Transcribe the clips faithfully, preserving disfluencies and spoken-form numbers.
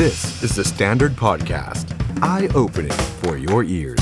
This is the Standard Podcast. Eye-opening for your ears.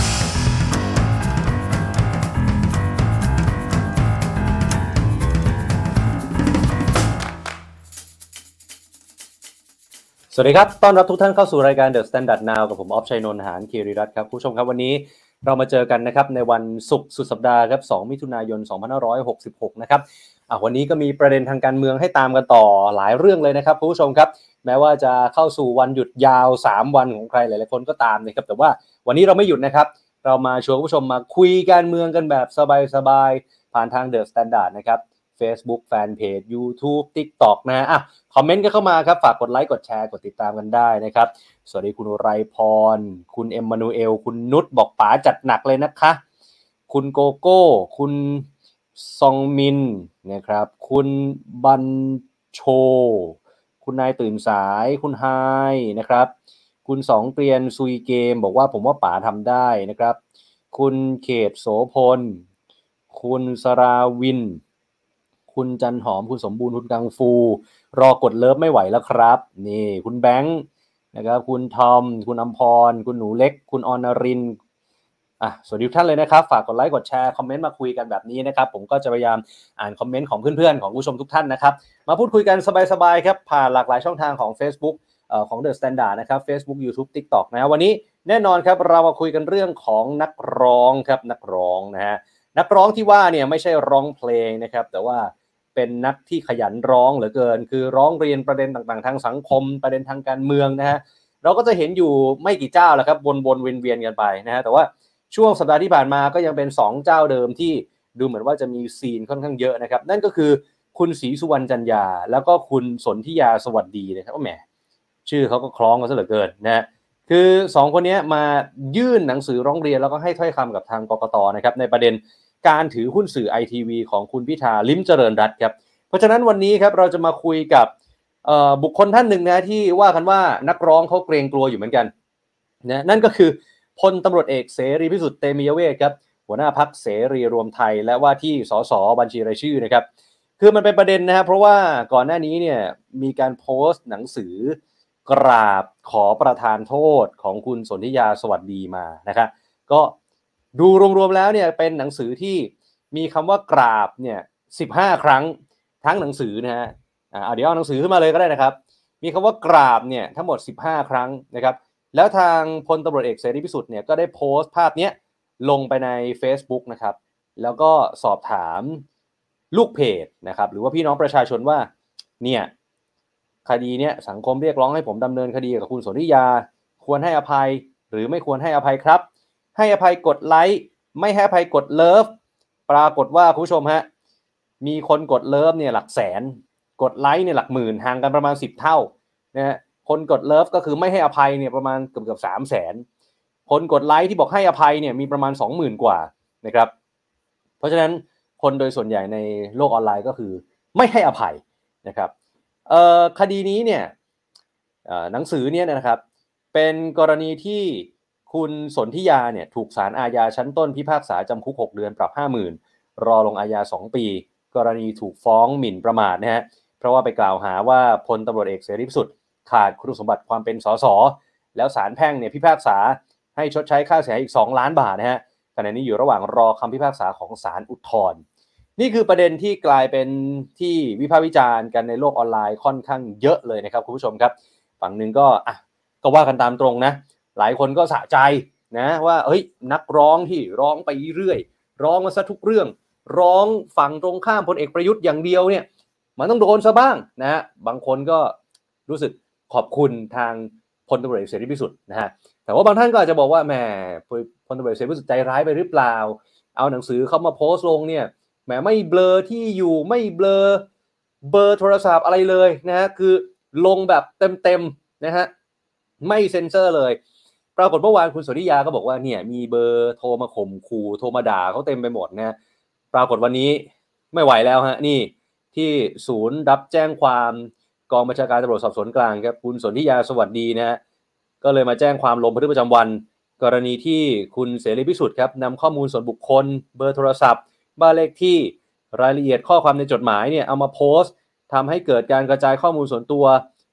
สวัสดีครับต้อนรับทุกท่านเข้าสู่รายการ The Standard Now กับผมออฟชัยนนท์หานคีรีรัตน์ครับผู้ชมครับวันนี้เรามาเจอกันนะครับในวันศุกร์สุดสัปดาห์ครับสองมิถุนายนสองพันห้าร้อยหกสิบหกนะครับอ่ะวันนี้ก็มีประเด็นทางการเมืองให้ตามกันต่อหลายเรื่องเลยนะครับผู้ชมครับแม้ว่าจะเข้าสู่วันหยุดยาวสามวันของใครหลายๆคนก็ตามนะครับแต่ว่าวันนี้เราไม่หยุดนะครับเรามาชวนผู้ชมมาคุยการเมืองกันแบบสบายๆผ่านทาง The Standard นะครับ Facebook Fanpage YouTube TikTok นะฮะอ่ะคอมเมนต์ก็เข้ามาครับฝากกดไลค์กดแชร์กดติดตามกันได้นะครับสวัสดีคุณไรพรคุณเอ็มมานูเอลคุณนุชบอกป๋าจัดหนักเลยนะคะคุณโกโก้คุณซองมินนะครับคุณบันโชคุณนายตื่นสายคุณไฮนะครับคุณสองเกรียนซุยเกมบอกว่าผมว่าป๋าทำได้นะครับคุณเขตโสพลคุณสราวินคุณจันหอมคุณสมบูรณ์คุณกังฟูรอกดเลิฟไม่ไหวแล้วครับนี่คุณแบงค์นะครับคุณทอมคุณอมพรคุณหนูเล็กคุณอรรินทร์อ่ะสวัสดีทุกท่านเลยนะครับฝากกดไลค์กดแชร์คอมเมนต์มาคุยกันแบบนี้นะครับผมก็จะพยายามอ่านคอมเมนต์ของเพื่อนๆของผู้ชมทุกท่านนะครับมาพูดคุยกันสบายๆครับผ่านหลากหลายช่องทางของ Facebook เอ่อของ The Standard นะครับ Facebook YouTube TikTok นะวันนี้แน่นอนครับเรามาคุยกันเรื่องของนักร้องครับนักร้องนะฮะนักร้องที่ว่าเนี่ยไม่ใช่ร้องเพลงนะครับแต่ว่าเป็นนักที่ขยันร้องเหลือเกินคือร้องเรียนประเด็นต่างๆทางสังคมประเด็นทางการเมืองนะฮะเราก็จะเห็นอยู่ไม่กี่เจ้าแหละครับวนๆเวียนๆกันไปนะฮะแต่ว่าช่วงสัปดาห์ที่ผ่านมาก็ยังเป็นสองเจ้าเดิมที่ดูเหมือนว่าจะมีซีนค่อนข้างเยอะนะครับนั่นก็คือคุณศรีสุวรรณจันยาแล้วก็คุณสนธิยาสวัสดีนะครับว่าแหมชื่อเขาก็คล้องกันซะเหลือเกินนะฮะคือสองคนนี้มายื่นหนังสือร้องเรียนแล้วก็ให้ถ้อยคำกับทางกกต.นะครับในประเด็นการถือหุ้นสื่อ ไอ ที วี ของคุณพิธาลิ้มเจริญรัตน์ครับเพราะฉะนั้นวันนี้ครับเราจะมาคุยกับบุคคลท่านหนึ่งนะที่ว่ากันว่านักร้องเขาเกรงกลัวอยู่เหมือนกันนะนั่นก็คือพลตำรวจเอกเสรีพิสุทธิ์เตมียเวทครับหัวหน้าพรรคเสรีรวมไทยและว่าที่สสบัญชีรายชื่อนะครับคือมันเป็นประเด็นนะครับเพราะว่าก่อนหน้านี้เนี่ยมีการโพสต์หนังสือกราบขอประทานโทษของคุณสนธิยาสวัสดีมานะครับก็ดูรวมๆแล้วเนี่ยเป็นหนังสือที่มีคำว่ากราบเนี่ยสิบห้าครั้งทั้งหนังสือนะฮะอ่าเดี๋ยวเอาหนังสือขึ้นมาเลยก็ได้นะครับมีคำว่ากราบเนี่ยทั้งหมดสิบห้าครั้งนะครับแล้วทางพลตำรวจเอกเสรีพิสุทธิ์เนี่ยก็ได้โพสต์ภาพนี้ลงไปใน Facebook นะครับแล้วก็สอบถามลูกเพจนะครับหรือว่าพี่น้องประชาชนว่าเนี่ยคดีเนี้ยสังคมเรียกร้องให้ผมดำเนินคดีกับคุณสนธิยาควรให้อภัยหรือไม่ควรให้อภัยครับให้อภัยกดไลค์ไม่ให้อภัยกดเลิฟปรากฏว่าผู้ชมฮะมีคนกดเลิฟเนี่ยหลักแสนกดไลค์เนี่ยหลักหมื่นห่างกันประมาณสิบเท่านะฮะคนกดเลิฟก็คือไม่ให้อภัยเนี่ยประมาณเกือบๆ สามแสน คนกดไลค์ที่บอกให้อภัยเนี่ยมีประมาณ สองหมื่น กว่านะครับเพราะฉะนั้นคนโดยส่วนใหญ่ในโลกออนไลน์ก็คือไม่ให้อภัยนะครับเอ่อคดีนี้เนี่ยเอ่อหนังสือเนี่ยนะครับเป็นกรณีที่คุณสนธิยาเนี่ยถูกศาลอาญาชั้นต้นพิพากษาจำคุกหกเดือนปรับ ห้าหมื่น รอลงอาญาสองปีกรณีถูกฟ้องหมิ่นประมาทนะฮะเพราะว่าไปกล่าวหาว่าพลตำรวจเอกเสรีพิสุทธิ์ขาดคุณสมบัติความเป็นสสแล้วศาลแพ่งเนี่ยพิพากษาให้ชดใช้ค่าเสียหายอีกสองล้านบาทนะฮะขณะนี้อยู่ระหว่างรอคำพิพากษาของศาลอุทธรณ์นี่คือประเด็นที่กลายเป็นที่วิพากษ์วิจารณ์กันในโลกออนไลน์ค่อนข้างเยอะเลยนะครับคุณผู้ชมครับฝั่งนึงก็อ่ะก็ว่ากันตามตรงนะหลายคนก็สะใจนะว่าเฮ้ยนักร้องที่ร้องไปเรื่อยร้องมาซะทุกเรื่องร้องฝั่งตรงข้ามพลเอกประยุทธ์อย่างเดียวเนี่ยมันต้องโดนซะบ้างนะฮะบางคนก็รู้สึกขอบคุณทางพลตำรวจเอกเสรีพิสุทธิ์นะฮะแต่ว่าบางท่านก็อาจจะบอกว่าแหมพลตำรวจเอกเสรีพิสุทธิ์ใจร้ายไปหรือเปล่าเอาหนังสือเข้ามาโพสต์ลงเนี่ยแหมไม่เบลอที่อยู่ไม่เบลอเบอร์โทรศัพท์อะไรเลยนะฮะคือลงแบบเต็มๆนะฮะไม่เซ็นเซอร์เลยปรากฏเมื่อวานคุณสนธิยาก็บอกว่าเนี่ยมีเบอร์โทรมาข่มขู่โทรมาด่าเขาเต็มไปหมดนะปรากฏวันนี้ไม่ไหวแล้วฮะนี่ที่ศูนย์รับแจ้งความกองบัญชาการตำรวจสอบสวนกลางครับคุณสนธิยาสวัสดีนะฮะก็เลยมาแจ้งความลงบันทึกประจำวันกรณีที่คุณเสรีพิสุทธิ์ครับนำข้อมูลส่วนบุคคลเบอร์โทรศัพท์บ้านเลขที่รายละเอียดข้อความในจดหมายเนี่ยเอามาโพสต์ทำให้เกิดการกระจายข้อมูลส่วนตัว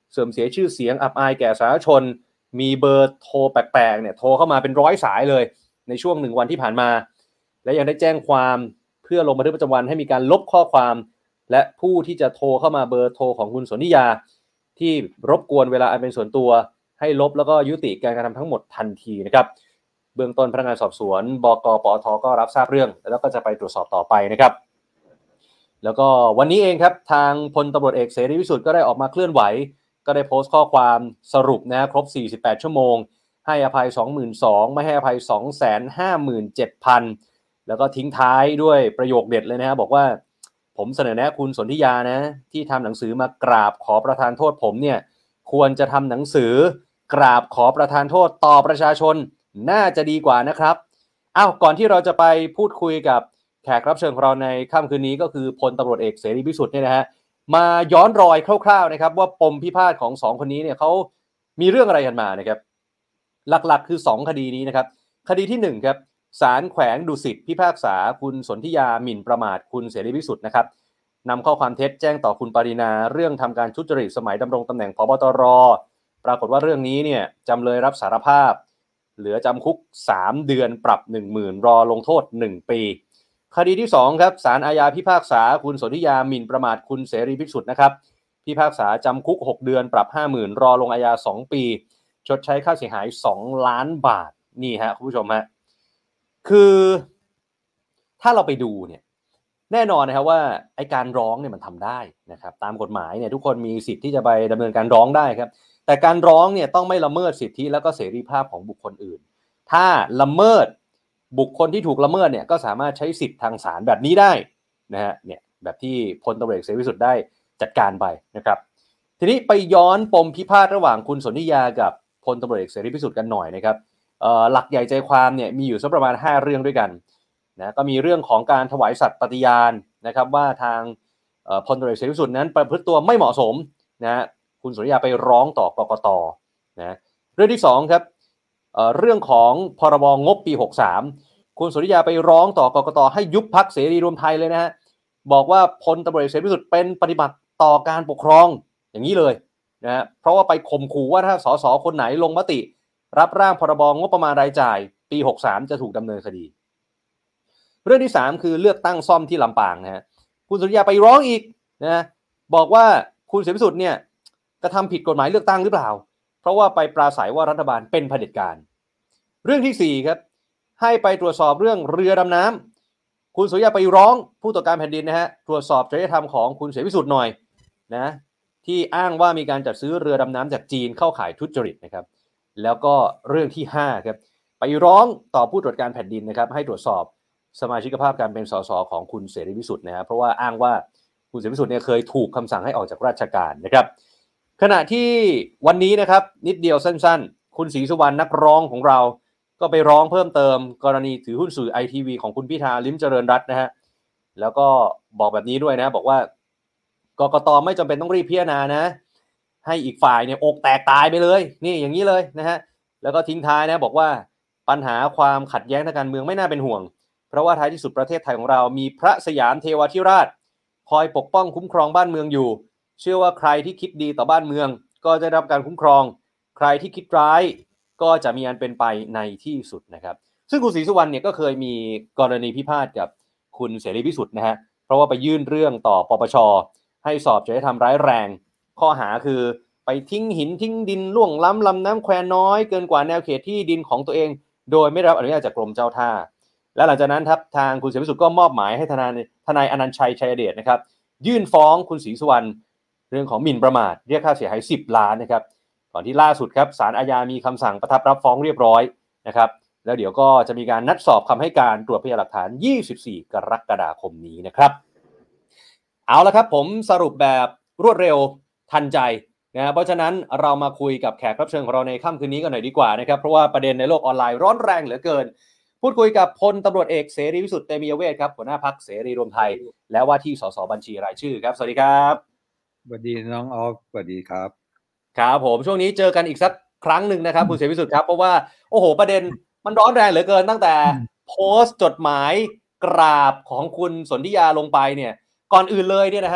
เสื่อมเสียชื่อเสียงอับอายแก่สาธารณชนมีเบอร์โทรแปลกๆเนี่ยโทรเข้ามาเป็นร้อยสายเลยในช่วงหนึ่งวันที่ผ่านมาและยังได้แจ้งความเพื่อลงบันทึกประจำวันให้มีการลบข้อความและผู้ที่จะโทรเข้ามาเบอร์โทรของคุณสนธิยาที่รบกวนเวลาอันเป็นส่วนตัวให้ลบแล้วก็ยุติการกระทำทั้งหมดทันทีนะครับเบื้องต้นพนักงานสอบสวนบก.ปอท.ก็รับทราบเรื่องแล้วก็จะไปตรวจสอบต่อไปนะครับแล้วก็วันนี้เองครับทางพลตำรวจเอกเสรีพิสุทธิ์ก็ได้ออกมาเคลื่อนไหวก็ได้โพสต์ข้อความสรุปนะครบสี่สิบแปดชั่วโมงให้อภัย สองหมื่นสองพัน ไม่ให้อภัย สองแสนห้าหมื่นเจ็ดพัน แล้วก็ทิ้งท้ายด้วยประโยคเด็ดเลยนะฮะบอกว่าผมเสนอแนะคุณสนธิยานะที่ทำหนังสือมากราบขอประทานโทษผมเนี่ยควรจะทำหนังสือกราบขอประทานโทษต่อประชาชนน่าจะดีกว่านะครับอ้าวก่อนที่เราจะไปพูดคุยกับแขกรับเชิญของเราในค่ำคืนนี้ก็คือพลตำรวจเอกเสรีพิสุทธิ์เนี่ยนะฮะมาย้อนรอยคร่าวๆนะครับว่าปมพิพาทของสองคนนี้เนี่ยเขามีเรื่องอะไรกันมานะครับหลักๆคือสองคดีนี้นะครับคดีที่หนึ่งครับศาลแขวงดุสิตพิพากษาคุณสนธิยาหมิ่นประมาทคุณเสรีพิสุทธิ์นะครับนำข้อความเท็จแจ้งต่อคุณปรินาเรื่องทำการทุจริตสมัยดำรงตำแหน่งผบ.ตร.ปรากฏว่าเรื่องนี้เนี่ยจำเลยรับสารภาพเหลือจำคุกสามเดือนปรับ หนึ่งหมื่น รอลงโทษหนึ่งปีคดีที่สองครับศาลอาญาพิพากษาคุณสนธิยาหมิ่นประมาทคุณเสรีพิสุทธิ์นะครับพิพากษาจำคุกหกเดือนปรับ ห้าหมื่น รอลงอาญาสองปีชดใช้ค่าเสียหายสองล้านบาทนี่ฮะคุณผู้ชมฮะคือถ้าเราไปดูเนี่ยแน่นอนนะครับว่าไอ้การร้องเนี่ยมันทำได้นะครับตามกฎหมายเนี่ยทุกคนมีสิทธิ์ที่จะไปดำเนินการร้องได้ครับแต่การร้องเนี่ยต้องไม่ละเมิดสิทธิและก็เสรีภาพของบุคคลอื่นถ้าละเมิดบุคคลที่ถูกละเมิดเนี่ยก็สามารถใช้สิทธิ์ทางศาลแบบนี้ได้นะฮะเนี่ยแบบที่พลตำรวจเอกเสรีพิสุทธิ์ได้จัดการไปนะครับทีนี้ไปย้อนปมพิพาทระหว่างคุณสนธิยากับพลตำรวจเอกเสรีพิสุทธิ์กันหน่อยนะครับเอ่อหลักใหญ่ใจความเนี่ยมีอยู่สักประมาณห้าเรื่องด้วยกันนะก็มีเรื่องของการถวายสัตย์ปฏิญาณนะครับว่าทางพลตำรวจเอกเสรีพิสุทธิ์นั้นประพฤติตัวไม่เหมาะสมนะคุณสนธิยาไปร้องต่อกกต.นะเรื่องที่สองครับ เอ่อเรื่องของพรบงบปีหกสามคุณสนธิยาไปร้องต่อกกต.ให้ยุบพรรคเสรีรวมไทยเลยนะฮะบอกว่าพลตำรวจเอกเสรีพิสุทธิ์เป็นปฏิบัติต่อการปกครองอย่างนี้เลยนะฮะเพราะว่าไปข่มขู่ว่าถ้าสสคนไหนลงมติรับร่างพรบงบประมาณรายจ่ายปีหกสามจะถูกดำเนินคดีเรื่องที่สามคือเลือกตั้งซ่อมที่ลำปางนะฮะคุณสนธิยาไปร้องอีกนะบอกว่าคุณเสรีพิสุทธิ์เนี่ยกระทำผิดกฎหมายเลือกตั้งหรือเปล่าเพราะว่าไปปราศัยว่ารัฐบาลเป็นเผด็จการเรื่องที่สี่ครับให้ไปตรวจสอบเรื่องเรือดำน้ำคุณสนธิยาไปร้องผู้ตรวจการแผ่นดินนะฮะตรวจสอบจริยธรรมของคุณเสรีพิสุทธิ์หน่อยนะที่อ้างว่ามีการจัดซื้อเรือดำน้ำจากจีนเข้าข่ายทุจริตนะครับแล้วก็เรื่องที่ห้าครับไปร้องต่อผู้ตรวจการแผ่นดินนะครับให้ตรวจสอบสมาชิกภาพการเป็นสสของคุณเสรีพิสุทธิ์นะฮะเพราะว่าอ้างว่าคุณเสรีพิสุทธิ์เนี่ยเคยถูกคำสั่งให้ออกจากราชการนะครับขณะที่วันนี้นะครับนิดเดียวสั้นๆคุณศรีสุวรรณนักร้องของเราก็ไปร้องเพิ่มเติมกรณีถือหุ้นสื่อ ไอ ที วี ของคุณพิธาลิ้มเจริญรัตน์นะฮะแล้วก็บอกแบบนี้ด้วยนะบอกว่ากกต.ไม่จำเป็นต้องรีบพิจารณานะให้อีกฝ่ายเนี่ยอกแตกตายไปเลยนี่อย่างนี้เลยนะฮะแล้วก็ทิ้งท้ายนะบอกว่าปัญหาความขัดแย้งทางการเมืองไม่น่าเป็นห่วงเพราะว่าท้ายที่สุดประเทศไทยของเรามีพระสยามเทวาธิราชคอยปกป้องคุ้มครองบ้านเมืองอยู่เชื่อว่าใครที่คิดดีต่อบ้านเมืองก็จะได้รับการคุ้มครองใครที่คิดร้ายก็จะมีอันเป็นไปในที่สุดนะครับซึ่งคุณศรีสุวรรณเนี่ยก็เคยมีกรณีพิพาทกับคุณเสรีพิสุทธิ์นะฮะเพราะว่าไปยื่นเรื่องต่อปปช.ให้สอบจริยธรรมร้ายแรงข้อหาคือไปทิ้งหินทิ้งดินล่วงล้ำลำน้ำแควน้อยเกินกว่าแนวเขตที่ดินของตัวเองโดยไม่รับอนุญาตจากกรมเจ้าท่าและหลังจากนั้นครับทางคุณเสรีพิสุทธิ์ก็มอบหมายให้ทนายทนายอนันต์ชัยชัยเดชนะครับยื่นฟ้องคุณศรีสุวรรณเรื่องของหมิ่นประมาทเรียกค่าเสียหายสิบล้านนะครับก่อนที่ล่าสุดครับศาลอาญามีคำสั่งประทับรับฟ้องเรียบร้อยนะครับแล้วเดี๋ยวก็จะมีการนัดสอบคำให้การตรวจพยานหลักฐานยี่สิบสี่กรกฎาคมนี้นะครับเอาละครับผมสรุปแบบรวดเร็วทันใจนะเพราะฉะนั้นเรามาคุยกับแขกรับเชิญของเราในค่ำคืนนี้กันหน่อยดีกว่านะครับเพราะว่าประเด็นในโลกออนไลน์ร้อนแรงเหลือเกินพูดคุยกับพลตำรวจเอกเสรีพิสุทธิ์เตมียเวทครับหัวหน้าพรรคเสรีรวมไทยและว่าที่สสบัญชีรายชื่อครับสวัสดีครับสวัสดีน้องออฟสวัสดีครับครับผมช่วงนี้เจอกันอีกสักครั้งหนึ่งนะครับคุณเสรีพิสุทธิ์ครับเพราะว่าโอ้โหประเด็นมันร้อนแรงเหลือเกินตั้งแต่โพสต์จดหมายกราบของคุณสนธิยาลงไปเนี่ยก่อนอื่นเลยเนี่ยนะฮะ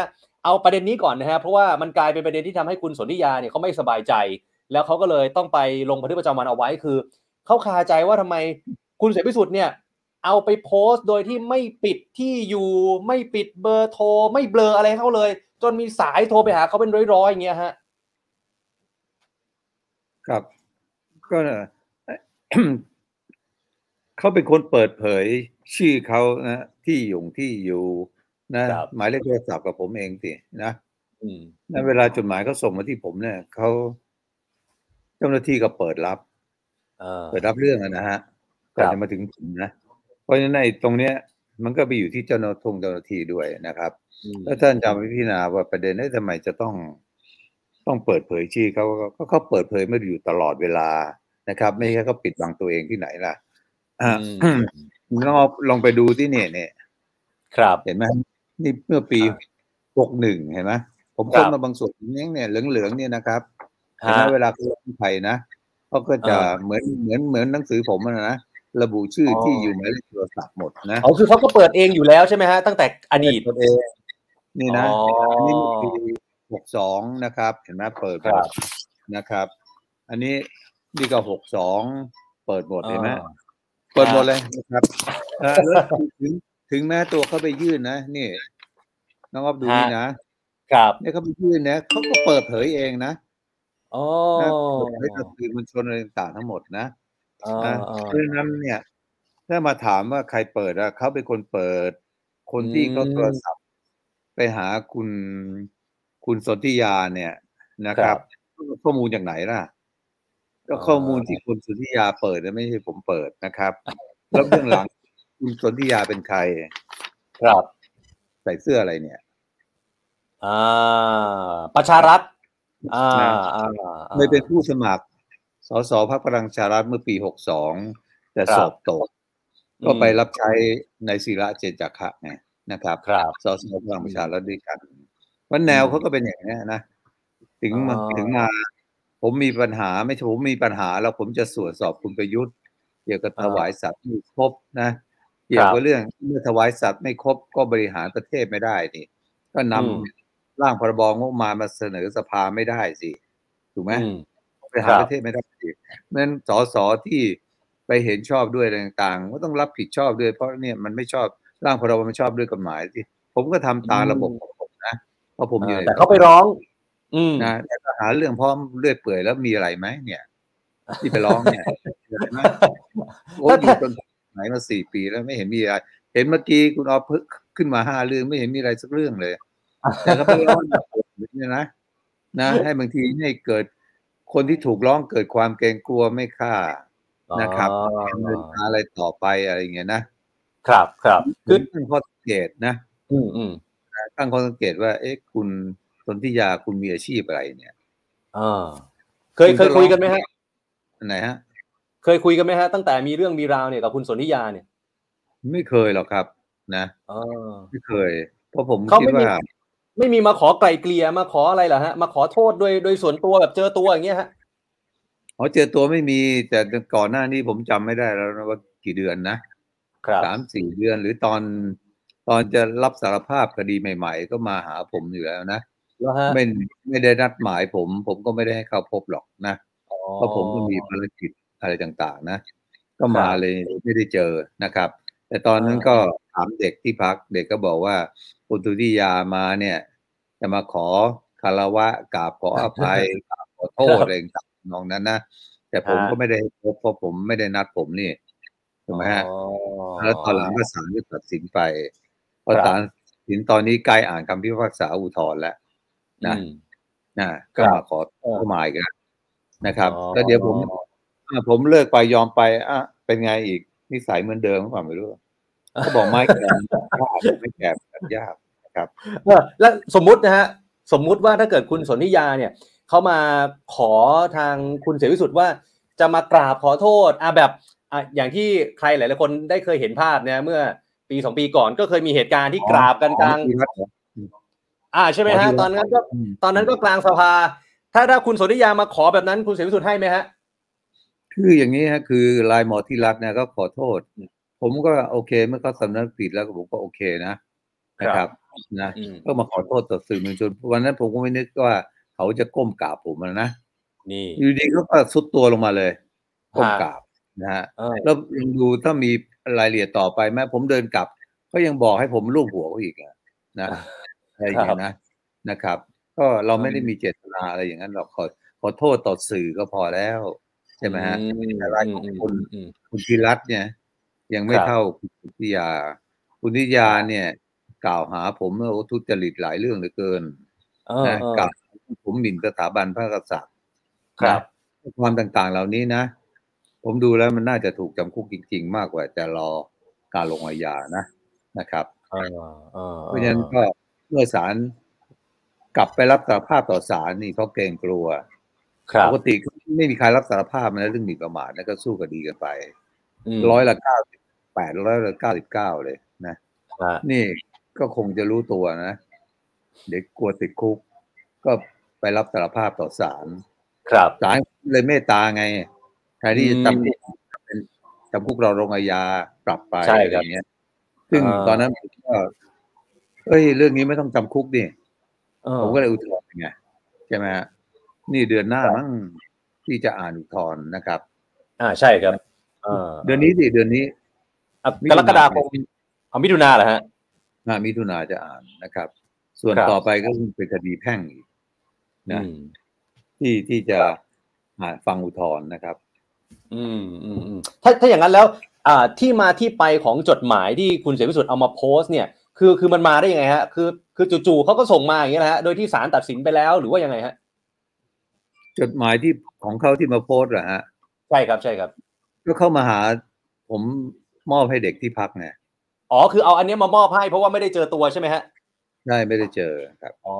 เอาประเด็นนี้ก่อนนะฮะเพราะว่ามันกลายเป็นประเด็นที่ทำให้คุณสนธิยาเนี่ยเขาไม่สบายใจแล้วเขาก็เลยต้องไปลงบันทึกประจำวันเอาไว้คือเขาคาใจว่าทำไมคุณเสรีพิสุทธิ์เนี่ยเอาไปโพสต์โดยที่ไม่ปิดที่อยู่ไม่ปิดเบอร์โทรไม่เบลออะไรเขาเลยจนมีสายโทรไปหาเขาเป็นร้อยๆอย่างเงี้ยฮะครับก็ เขาเป็นคนเปิดเผยชื่อเขานะที่อยู่ที่อยู่นะหมายเลขโทรศัพท์กับผมเองสินะนั้นเวลาจดหมายเขาส่งมาที่ผมเนี่ยเขาเจ้าหน้าที่ก็เปิดรับเปิดรับเรื่องนะฮะก่อนจะมาถึงผมนะเพราะฉะนั้นในตรงเนี้ยมันก็ไปอยู่ที่เจ้าหน้าที่เจ้าหน้าที่ด้วยนะครับแล้วท่านจำพิจารณาว่าประเด็นนี้ทำไมจะต้องต้องเปิดเผยชื่อเขาก็เขาเปิดเผยไม่ได้อยู่ตลอดเวลานะครับไม่ใช่เขาปิดบังตัวเองที่ไหนล่ะลองลองไปดูที่เนี่ยเนี่ยครับเห็นไหมนี่เมื่อปีหกหนึ่งเห็นไหมผมค้นมาบางส่วนนี้เนี่ยเหลืองๆเนี่ยนะครับเห็นไหมเวลาเขาลงไทยนะเขาก็จะเหมือนเหมือนเหมือนหนังสือผมนะนะระบุชื่อที่อยู่หมายเลขโทรศัพท์หมดนะอ๋อคือเขาก็เปิดเองอยู่แล้วใช่ไหมฮะตั้งแต่อดีตเองนี่นะอันนี้ปีหกสองนะครับเห็นไหมเปิดหมดนะครับอันนี้นี่ก็หกสองเปิดหมดเห็นไหมเปิดหมดเลยนะครับแล้วถึงถึงแม้ตัวเขาไปยื่นนะนี่น้องอ๊อฟดูนี่นะครับเนี่ยเขาไปยื่นนะเขาก็เปิดเผยเองนะอ๋อเปิดเผยกับสื่อมวลชนอะไรต่างๆทั้งหมดนะเพราะฉะนั้นเนี่ยถ้ามาถามว่าใครเปิดอะเขาเป็นคนเปิดคนที่เขาโทรศัพท์ไปหาคุณคุณสนธิยาเนี่ยนะครับข้อมูลจากไหนล่ะก็ข้อมูลที่คุณสนธิยาเปิดนะไม่ใช่ผมเปิดนะครับแล้วเบื้องหลังคุณสนธิยาเป็นใครครับใส่เสื้ออะไรเนี่ยอ่าประชารัฐอ่าไม่เป็นผู้สมัครสสพรรคพลังประชารัฐเมื่อปีหกสองแต่สอบตกก็ไปรับใช้ในศิระเจนจักระไงนะครับสสพลังประชารัฐด้วยกันวันแนวเขาก็เป็นอย่างนี้นะถึงมาถึงมาผมมีปัญหาไม่ใช่ผมมีปัญหาแล้วผมจะตรวจสอบคุณประยุทธ์เกี่ยวกับถวายสัตว์ไม่ครบนะเกี่ยวกับเรื่องเมื่อถวายสัตว์ไม่ครบก็บริหารประเทศไม่ได้นี่ก็นำร่างพรบงบประมาณมาเสนอสภาไม่ได้สิถูกไหมบริหารประเทศไม่ได้สิเพราะฉะนั้นสสที่ไปเห็นชอบด้วยอะไรต่างๆก็ต้องรับผิดชอบด้วยเพราะเนี่ยมันไม่ชอบร่างพรบมันชอบด้วยกฎหมายสิผมก็ทำตามระบบของผมนะเพราะผมอยู่ในแต่เขาไปร้องนะแต่ก็หาเรื่องพร้อมเรื่อยเปื่อยแล้วมีอะไรไหมเนี่ยที่ไปร้องเนี่ยโอ้ยอยู่จนไหนมาสี่ปีแล้วไม่เห็นมีอะไรเห็นเมื่อกี้คุณออฟขึ้นมาห้าเรื่องไม่เห็นมีอะไรสักเรื่องเลยแต่ก็ไปร้องเนี่ยนะนะให้บางทีให้เกิดคนที่ถูกร้องเกิดความเกรงกลัวไม่ฆ่านะครับดำเนินการอะไรต่อไปอะไรอย่างเงี้ยนะครับครับคือตั้งข้อสังเกตนะอืมอืมตั้งข้อสังเกตว่าเอ๊ะคุณสนธิยาคุณมีอาชีพอะไรเนี่ยอ่าเคยเคยคุยกันไหมฮะไหนฮะเคยคุยกันไหมฮะตั้งแต่มีเรื่องมีราวเนี่ยกับคุณสนธิยาเนี่ยไม่เคยหรอกครับนะไม่เคยเพราะผมคิดว่าไม่มีมาขอไกลเกลี่ยมาขออะไรเหรอฮะมาขอโทษโดยโดยส่วนตัวแบบเจอตัวอย่างเงี้ยฮะอ๋อเจอตัวไม่มีแต่ก่อนหน้านี้ผมจำไม่ได้แล้วนะว่ากี่เดือนนะสามสี่เดือนหรือตอนตอนจะรับสารภาพคดีใหม่ๆก็มาหาผมอยู่แล้วนะไม่ไม่ได้นัดหมายผมผมก็ไม่ได้ให้เข้าพบหรอกนะเพราะผมก็มีภารกิจอะไรต่างๆนะก็มาเลยไม่ได้เจอนะครับแต่ตอนนั้นก็ถามเด็กที่พักเด็กก็บอกว่าคุณสุธิยามาเนี่ยจะมาขอคารวะกราบขออภัยกราบขอโทษอะไรต่างๆน้องนั้นนะแต่ผมก็ไม่ได้พบเพราะผมไม่ได้นัดผมนี่ถูกไหมฮะแล้วตอนหลังก็ศาลก็ตัดสินไปพอศาลตัดสินตอนนี้ใกล้อ่านคำพิพากษาอุทธรณ์แล้วนะนะก็มาขอเข้ามาอีกแล้วนะครับแล้วเดี๋ยวผมผมเลิกไปยอมไปอ่ะเป็นไงอีกนิสัยเหมือนเดิมหรือเปล่าไม่รู้เขาบอกไม่แก่ไม่แก่แบบยากนะครับแล้วสมมุตินะฮะสมมุติว่าถ้าเกิดคุณสนธิยาเนี่ยเขามาขอทางคุณเสรีพิสุทธิ์ว่าจะมากราบขอโทษอ่ะแบบอ่ะอย่างที่ใครหลายๆคนได้เคยเห็นภาพเนี่ยเมื่อปีสองปีก่อนก็เคยมีเหตุการณ์ที่กราบกันกลางอ่าใช่ไหมฮะตอนนั้นก็ตอนนั้นก็กลางสภาถ้าถ้าคุณสนธิยามาขอแบบนั้นคุณเสรีพิสุทธิ์ให้ไหมฮะคืออย่างนี้ฮะคือลายหมอที่รัฐเนี่ยก็ขอโทษผมก็โอเคเมื่อเขาสำนึกผิดแล้วผมก็โอเคนะนะครับนะก็มาขอโทษต่อสื่อมวลชนวันนั้นผมก็ไม่นึกว่าเขาจะก้มกราบผมนะนี่อยู่ดีเขาก็สุดตัวลงมาเลยก้มกราบนะฮะแล้วยังดูถ้ามีรายละเอียดต่อไปแม้ผมเดินกลับเขายังบอกให้ผมลูบหัวเขาอีกนะอะไรอย่างนี้นะนะครับก็เราไม่ได้มีเจตนาอะไรอย่างนั้นหรอกขอขอโทษต่อสื่อก็พอแล้วใช่ไหมฮะแต่รายของคุณคุณธีรัตน์เนี่ยยังไม่เท่าคุณวิทยาคุณวิทยาเนี่ยกล่าวหาผมว่าทุจริตหลายเรื่องเหลือเกินนะกล่าวผมหมิ่นสถาบันพระกษัตริย์ครับความต่างๆเหล่านี้นะผมดูแล้วมันน่าจะถูกจำคุกจริงๆมากกว่าจะรอการลงอาญานะนะครับเพราะฉะนั้นก็เมื่อศาลกลับไปรับสารภาพต่อศาลนี่เขาเกรงกลัวปกติไม่มีใครรับสารภาพนะเรื่องหมิ่นประมาทนะก็สู้คดีกันไปร้อยละเก้าสิบแปดร้อยละเก้าสิบเก้าเลยนะนี่ก็คงจะรู้ตัวนะเด็กกลัวติดคุกก็ไปรับสารภาพต่อศาลศาลเลยเมตตาไงแทนที่จะจำคุกเป็นจำคุกเราลงอาญาปรับไปอะไรอย่างเงี้ยซึ่งตอนนั้นผมก็เอ้ยเรื่องนี้ไม่ต้องจำคุกดิผมก็เลยอุทธรณ์ไงใช่ไหมฮะนี่เดือนหน้ามั้งที่จะอ่านอุทธรณ์นะครับอ่าใช่ครับเดือนนี้สิเดือนนี้กรกฎาคมเอามิถุนาเหรอฮะอ่ามิถุนาจะอ่านนะครับส่วนต่อไปก็เป็นคดีแพ่งอีกนะที่ที่จะฟังอุทธรณ์นะครับอืมอืมอืมถ้าถ้าอย่างนั้นแล้วอ่าที่มาที่ไปของจดหมายที่คุณเสรีพิสุทธิ์เอามาโพสต์เนี่ยคือคือมันมาได้ยังไงฮะคือคือจู่ๆเขาก็ส่งมาอย่างเงี้ยนะฮะโดยที่ศาลตัดสินไปแล้วหรือว่ายังไงฮะจดหมายที่ของเขาที่มาโพสต์เหรอฮะใช่ครับใช่ครับก็เข้ามาหาผมมอบให้เด็กที่พักไงอ๋อคือเอาอันนี้มามอบให้เพราะว่าไม่ได้เจอตัวใช่ไหมฮะใช่ไม่ได้เจอครับอ๋อ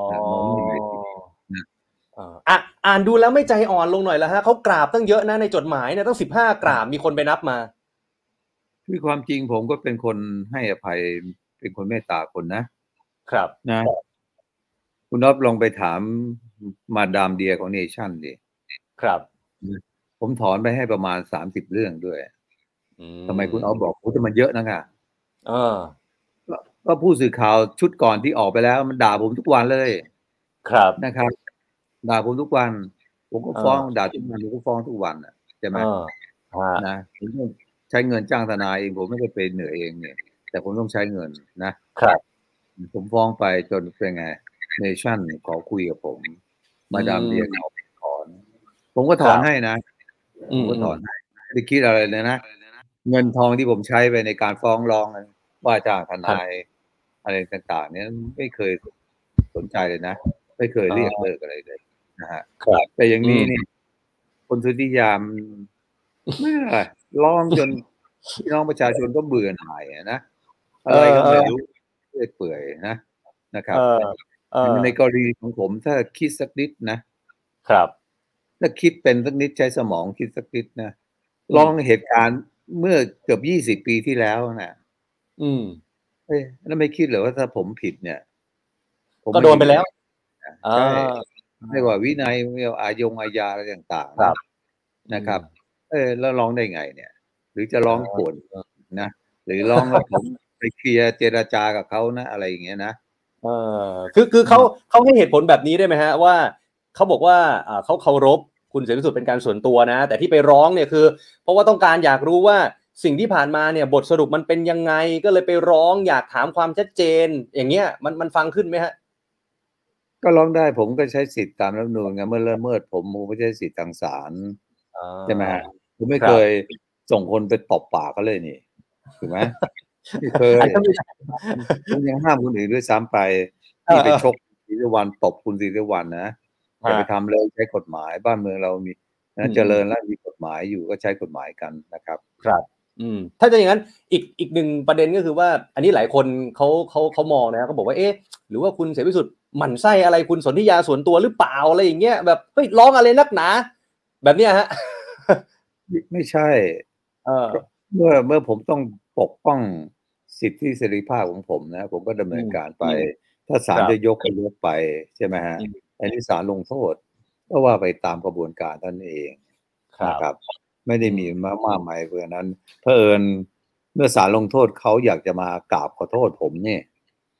อ่ะอ่านดูแล้วไม่ใจอ่อนลงหน่อยแล้วฮะเขากราบตั้งเยอะนะในจดหมายเนี่ยตั้งสิบห้ากราบมีคนไปนับมาคือความจริงผมก็เป็นคนให้อภัยเป็นคนเมตตาคนนะครับนะคุณอ๊อฟลองไปถามมาดามเดียของเนชั่นดิครับผมถอนไปให้ประมาณสามสิบเรื่องด้วยทำไมคุณอ๊อฟบอกโอ้แต่มันเยอะนะค่ะเออก็ผู้สื่อข่าวชุดก่อนที่ออกไปแล้วมันด่าผมทุกวันเลยครับนะครับด่าผมทุกวันผมก็ฟ้องด่าทุกวันผมก็ฟ้องทุกวันใช่ไหมนะผมต้องใช้เงินจ้างทนายเองผมไม่ได้เป็นเหนื่อยเองเนี่ยแต่ผมต้องใช้เงินนะครับผมฟ้องไปจนเป็นไงเนชั่นขอคุยกับผมมาดามเดียเขาถอนผมก็ถอนให้นะผมก็ถอนให้ไม่ได้คิดอะไรเลยนะเงินทองที่ผมใช้ไปในการฟ้องร้องว่าจ้างทนายอะไรต่างๆเนี่ยไม่เคยสนใจเลยนะไม่เคยเรียกเลิกอะไรเลยนะฮะแต่อย่างนี้นี่คนสุธิยามไม่ร้องจนพี่น้องประชาชนก็เบื่อหน่ายนะอะไรก็ไม่รู้เรื่อยเปื่อยนะนะครับในกรณีของผมถ้าคิดสักนิดนะครับถ้าคิดเป็นสักนิดใช้สมองคิดสักนิดนะลองเหตุการณ์เมื่อเกือบยี่สิบปีที่แล้วนะอืมเอ้ยแล้วไม่คิดเหรอว่าถ้าผมผิดเนี่ยก็โดนไปแล้วใช่ไม่ว่าวินัยไม่ว่าอาญงอาญาอะไรต่างๆนะครับเออแล้วร้องได้ไงเนี่ยหรือจะร้องโกรธนะหรือร้องแล้วผมไปเคลียร์เจรจากับเขานะอะไรอย่างเงี้ยนะเออคือคือเขาเขาให้เหตุผลแบบนี้ได้ไหมฮะว่าเขาบอกว่าอ่าเขาเคารพคุณเสรีพิสุทธิ์เป็นการส่วนตัวนะแต่ที่ไปร้องเนี่ยคือเพราะว่าต้องการอยากรู้ว่าสิ่งที่ผ่านมาเนี่ยบทสรุปมันเป็นยังไงก็เลยไปร้องอยากถามความชัดเจนอย่างเงี้ยมันมันฟังขึ้นไหมฮะก็ร้องได้ผมก็ใช้สิทธิ์ตามรัฐธรรมนูญไงเมื่อละเมิดผมผมก็ใช้สิทธิ์ทางศาลใช่ไหมผมไม่เคยส่งคนไปตบปากเขาเลยนี่ถูกไหมไม่เคยผมยังห้ามคนอื่นด้วยซ้ำไปที่ไปชกศิริวัลย์ตบคุณศิริวัลย์นะอย่าไปทำเลยใช้กฎหมายบ้านเมืองเรามีนะเจริญและมีกฎหมายอยู่ก็ใช้กฎหมายกันนะครับครับอืมถ้าจะอย่างนั้นอีกอีกหนึ่งประเด็นก็คือว่าอันนี้หลายคนเขาเขาเขามองนะเขาบอกว่าเอ๊ะหรือว่าคุณเสรีพิสุทธิ์หมั่นไส้อะไรคุณสนธิยาส่วนตัวหรือเปล่าอะไรอย่างเงี้ยแบบเฮ้ยร้องอะไรนักหนาแบบเนี้ยฮะไม่ใช่เออเมื่อเมื่อผมต้องปกป้องสิทธิเสรีภาพของผมนะผมก็ดำเนินการไปถ้าศาลจะยกก็ยกไปใช่ไหมฮะอันนี้ศาลลงโทษก็ว่าไปตามกระบวนการท่านเองนะครับไม่ได้มีมากมากมายเพื่อนั้นเผอิญเมื่อศาลลงโทษเขาอยากจะมากราบขอโทษผมเนี่ย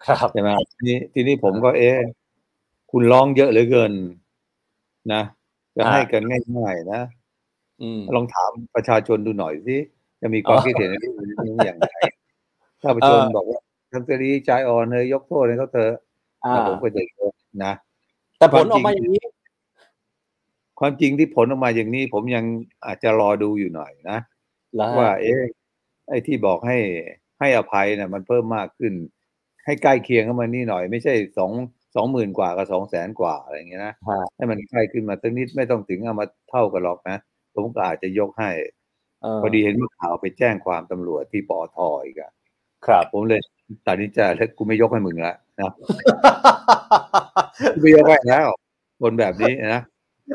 ครับใช่ไหมทีนี้ทีนี้ผมก็เอ๊ะคุณร้องเยอะเหลือเกินนะจะให้กันง่ายๆนะลองถามประชาชนดูหน่อยสิจะมีความคิดเห็นในเรื่องนี้อย่างไรถ้าประชาชนบอกว่าทำคดีใจอ่อนเลยยกโทษให้เขาเถอะนะผมก็จะยกนะแต่ผลออกมาอย่างนี้ความจริงที่ผลออกมาอย่างนี้ผมยังอาจจะรอดูอยู่หน่อยนะว่าเอ๊ะไอ้ที่บอกให้ให้อภัยเนี่ยมันเพิ่มมากขึ้นให้ใกล้เคียงกันมานี่หน่อยไม่ใช่สองสองหมื่นกว่ากับสองแสนกว่าอะไรอย่างเงี้ยนะให้มันใกล้ขึ้นมาตั้งนิดไม่ต้องถึงเอามาเท่ากันหรอกนะผมก็อาจจะยกให้พอดีเห็นข่าวไปแจ้งความตำรวจที่ปอทอีกอะครับผมเลยตัดสินใจแล้วกูไม่ยกให้มึงละนะกูไม่ยกให้แล้วคนแบบนี้นะ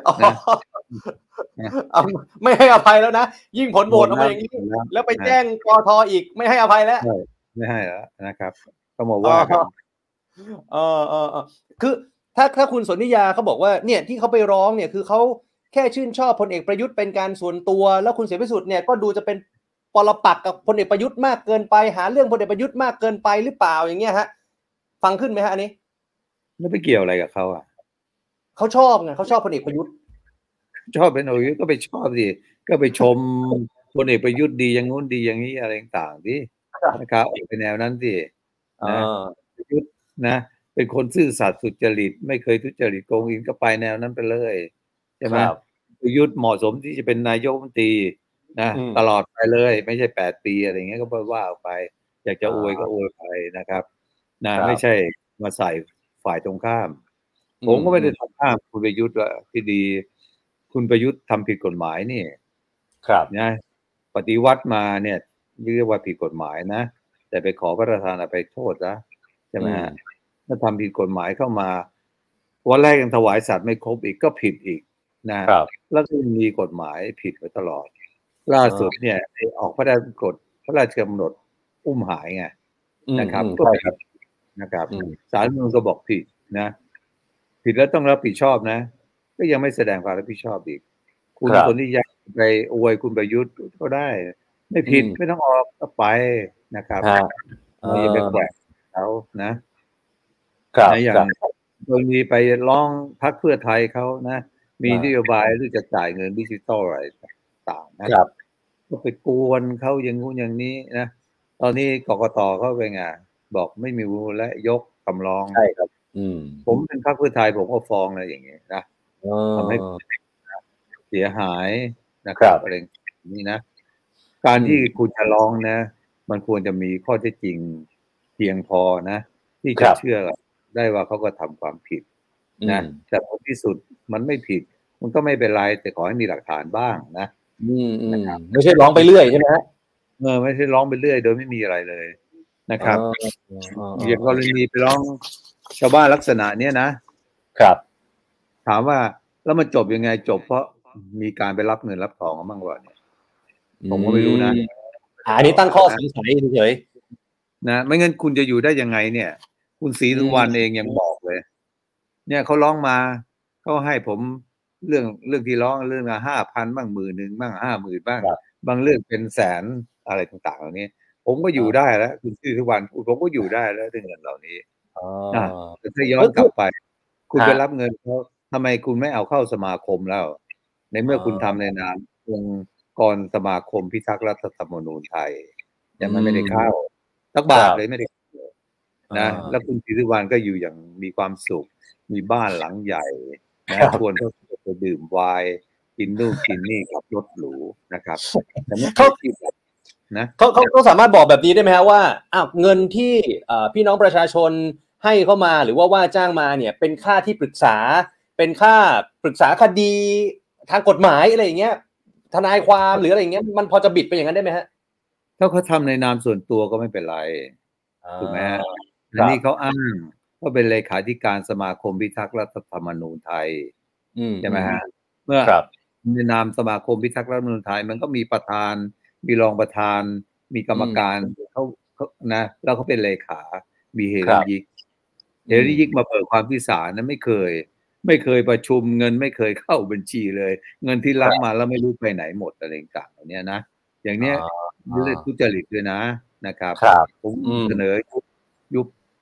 ไม่ให้อภัยแล้วนะยิ่งผลโหวตออกมาอย่างนี้แล้วไปแจ้งปอทอีกไม่ให้อภัยแล้วไม่ให้แล้วนะครับก็มาว่ากันเออเออคือถ้าถ้าคุณสนธิยาเขาบอกว่าเนี่ยที่เขาไปร้องเนี่ยคือเขาแค่ชื่นชอบพลเอกประยุทธ์เป็นการส่วนตัวแล้วคุณเสรีพิสุทธิ์เนี่ยก็ดูจะเป็นปรปักษ์กับพลเอกประยุทธ์มากเกินไปหาเรื่องพลเอกประยุทธ์มากเกินไปหรือเปล่าอย่างเงี้ยฮะฟังขึ้นไหมฮะอันนี้ไม่ไปเกี่ยวอะไรกับเขาอ่ะเขาชอบไงเขาชอบพลเอกประยุทธ์ชอบเป็นพลเอกประยุทธ์ก็ไปชอบสิก็ไปชมพลเอกประยุทธ์ดีอย่างงู้นดีอย่างนี้อะไรต่างๆดินะครับไปแนวนั้นสินะประยุทธ์นะเป็นคนซื่อสัตย์สุจริตไม่เคยทุจริตโกงกินก็ไปแนวนั้นไปเลยใช่ไหมประยุทธ์เหมาะสมที่จะเป็นนายกรัฐมนตรีนะตลอดไปเลยไม่ใช่แปดปีอะไรเงี้ยก็ว่าไปอยากจะอวยก็อวยไปนะครับนะไม่ใช่มาใส่ฝ่ายตรงข้ามผมก็ไม่ได้ทำข้ามคุณประยุทธ์ว่าที่ดีคุณประยุทธ์ทำผิดกฎหมายนี่ครับนะปฏิวัติมาเนี่ยเรียกว่าผิดกฎหมายนะแต่ไปขอพระราชทานอภัยโทษนะใช่ไหมฮะถ้าทำผิดกฎหมายเข้ามาวันแรกยังถวายสัตว์ไม่ครบอีกก็ผิดอีกนะแล้วก็มีกฎหมายผิดมาตลอดล่าสุดเนี่ยออกพระราชกฎพระราชกำหนดอุ้มหายไงนะครับก็ผิดนะครับศาลรัฐธรรมนูญก็บอกผิดนะผิดแล้วต้องรับผิดชอบนะก็ยังไม่แสดงความรับผิดชอบอีกคุณคนที่อยากไปอวยคุณประยุทธ์ก็ได้ไม่ผิดไม่ต้องออกก็ไปนะครับอย่าไปแขวะเขานะครับนะอย่างกรณีไปร้องพรรคเพื่อไทยเขานะมีนโยบายที่จะจ่ายเงินดิจิตอลอะไรต่างๆนะครับก็ไปกวนเขาอย่างงู้นอย่างนี้นะตอนนี้กกตเขาเป็นไงบอกไม่มีมูลและยกคำร้องใช่ครับผมเป็นพรรคเพื่อไทยผมก็ฟ้องอะไรอย่างเงี้ยนะทำให้เสียหายนะครับอะไรนี้นะการที่คุณจะร้องนะมันควรจะมีข้อเท็จจริงเพียงพอนะที่จะเชื่อได้ว่าเขาก็ทำความผิดนะแต่ผลที่สุดมันไม่ผิดมันก็ไม่เป็นไรแต่ขอให้มีหลักฐานบ้างนะนะครับไม่ใช่ร้องไปเรื่อยใช่ไหมฮะเออไม่ใช่ร้องไปเรื่อยโดยไม่มีอะไรเลยนะครับอย่างกรณีไปร้องชาวบ้านลักษณะเนี้ยนะครับถามว่าแล้วมันจบยังไงจบเพราะมีการไปรับเงินรับทองกันบ้างวะเนี่ยผมก็ไม่รู้นะอันนี้ตั้งข้อสงสัยเฉยๆนะไม่งั้นคุณจะอยู่ได้ยังไงเนี่ยคุณศรีสุวรรณเองยังบอกเลยเนี่ยเขาร้องมาเขาให้ผมเรื่องเรื่องที่ร้องเรื่องละห้าพันบ้างหมื่นหนึ่งบ้างห้าหมื่นบ้างบางเรื่องเป็นแสนอะไรต่างๆเหล่านี้ผมก็อยู่ได้แล้วคุณศรีสุวรรณผมก็อยู่ได้แล้วเรื่องเงินเหล่านี้อ่าแต่ถ้าย้อนกลับไปคุณไปรับเงินเขาทำไมคุณไม่เอาเข้าสมาคมแล้วในเมื่อคุณทำในนามองค์กรสมาคมพิทักษ์รัฐธรรมนูญไทยยังไม่ได้เข้าสักบาทเลยไม่ได้นะแล้วคุณศรีสุวรรณก็อยู่อย่างมีความสุขมีบ้านหลังใหญ่นะชวนเขาไปดื่มไวน์กินนู่นกินนี่ขับรถหรูนะครับแต่ไม่เขานะเขาเขาเขาสามารถบอกแบบนี้ได้ไหมฮะว่าอ้าวเงินที่พี่น้องประชาชนให้เข้ามาหรือว่าว่าจ้างมาเนี่ยเป็นค่าที่ปรึกษาเป็นค่าปรึกษาคดีทางกฎหมายอะไรอย่างเงี้ยทนายความหรืออะไรอย่างเงี้ยมันพอจะบิดไปอย่างนั้นได้ไหมฮะถ้าเขาทำในนามส่วนตัวก็ไม่เป็นไรถูกไหมฮะอันนี้เขาอ้างก็เป็นเลขาธิการสมาคมพิทักษ์รัฐธรรมนูญไทยใช่ไหมฮะเมื่อในนามสมาคมพิทักษ์รัฐธรรมนูญไทยมันก็มีประธานมีรองประธานมีกรรมการเขาเขานะแล้วเขาเป็นเลขามีเฮริยิกเฮริยิกมาเปิดความที่ศาลนะไม่เคยไม่เคยประชุมเงินไม่เคยเข้าบัญชีเลยเงินที่รับมาแล้วไม่รู้ไปไหนหมดอะไรต่างๆเนี่ยนะอย่างเนี้ยเรื่องทุจริตด้วยนะนะครับผมเสนอยุบ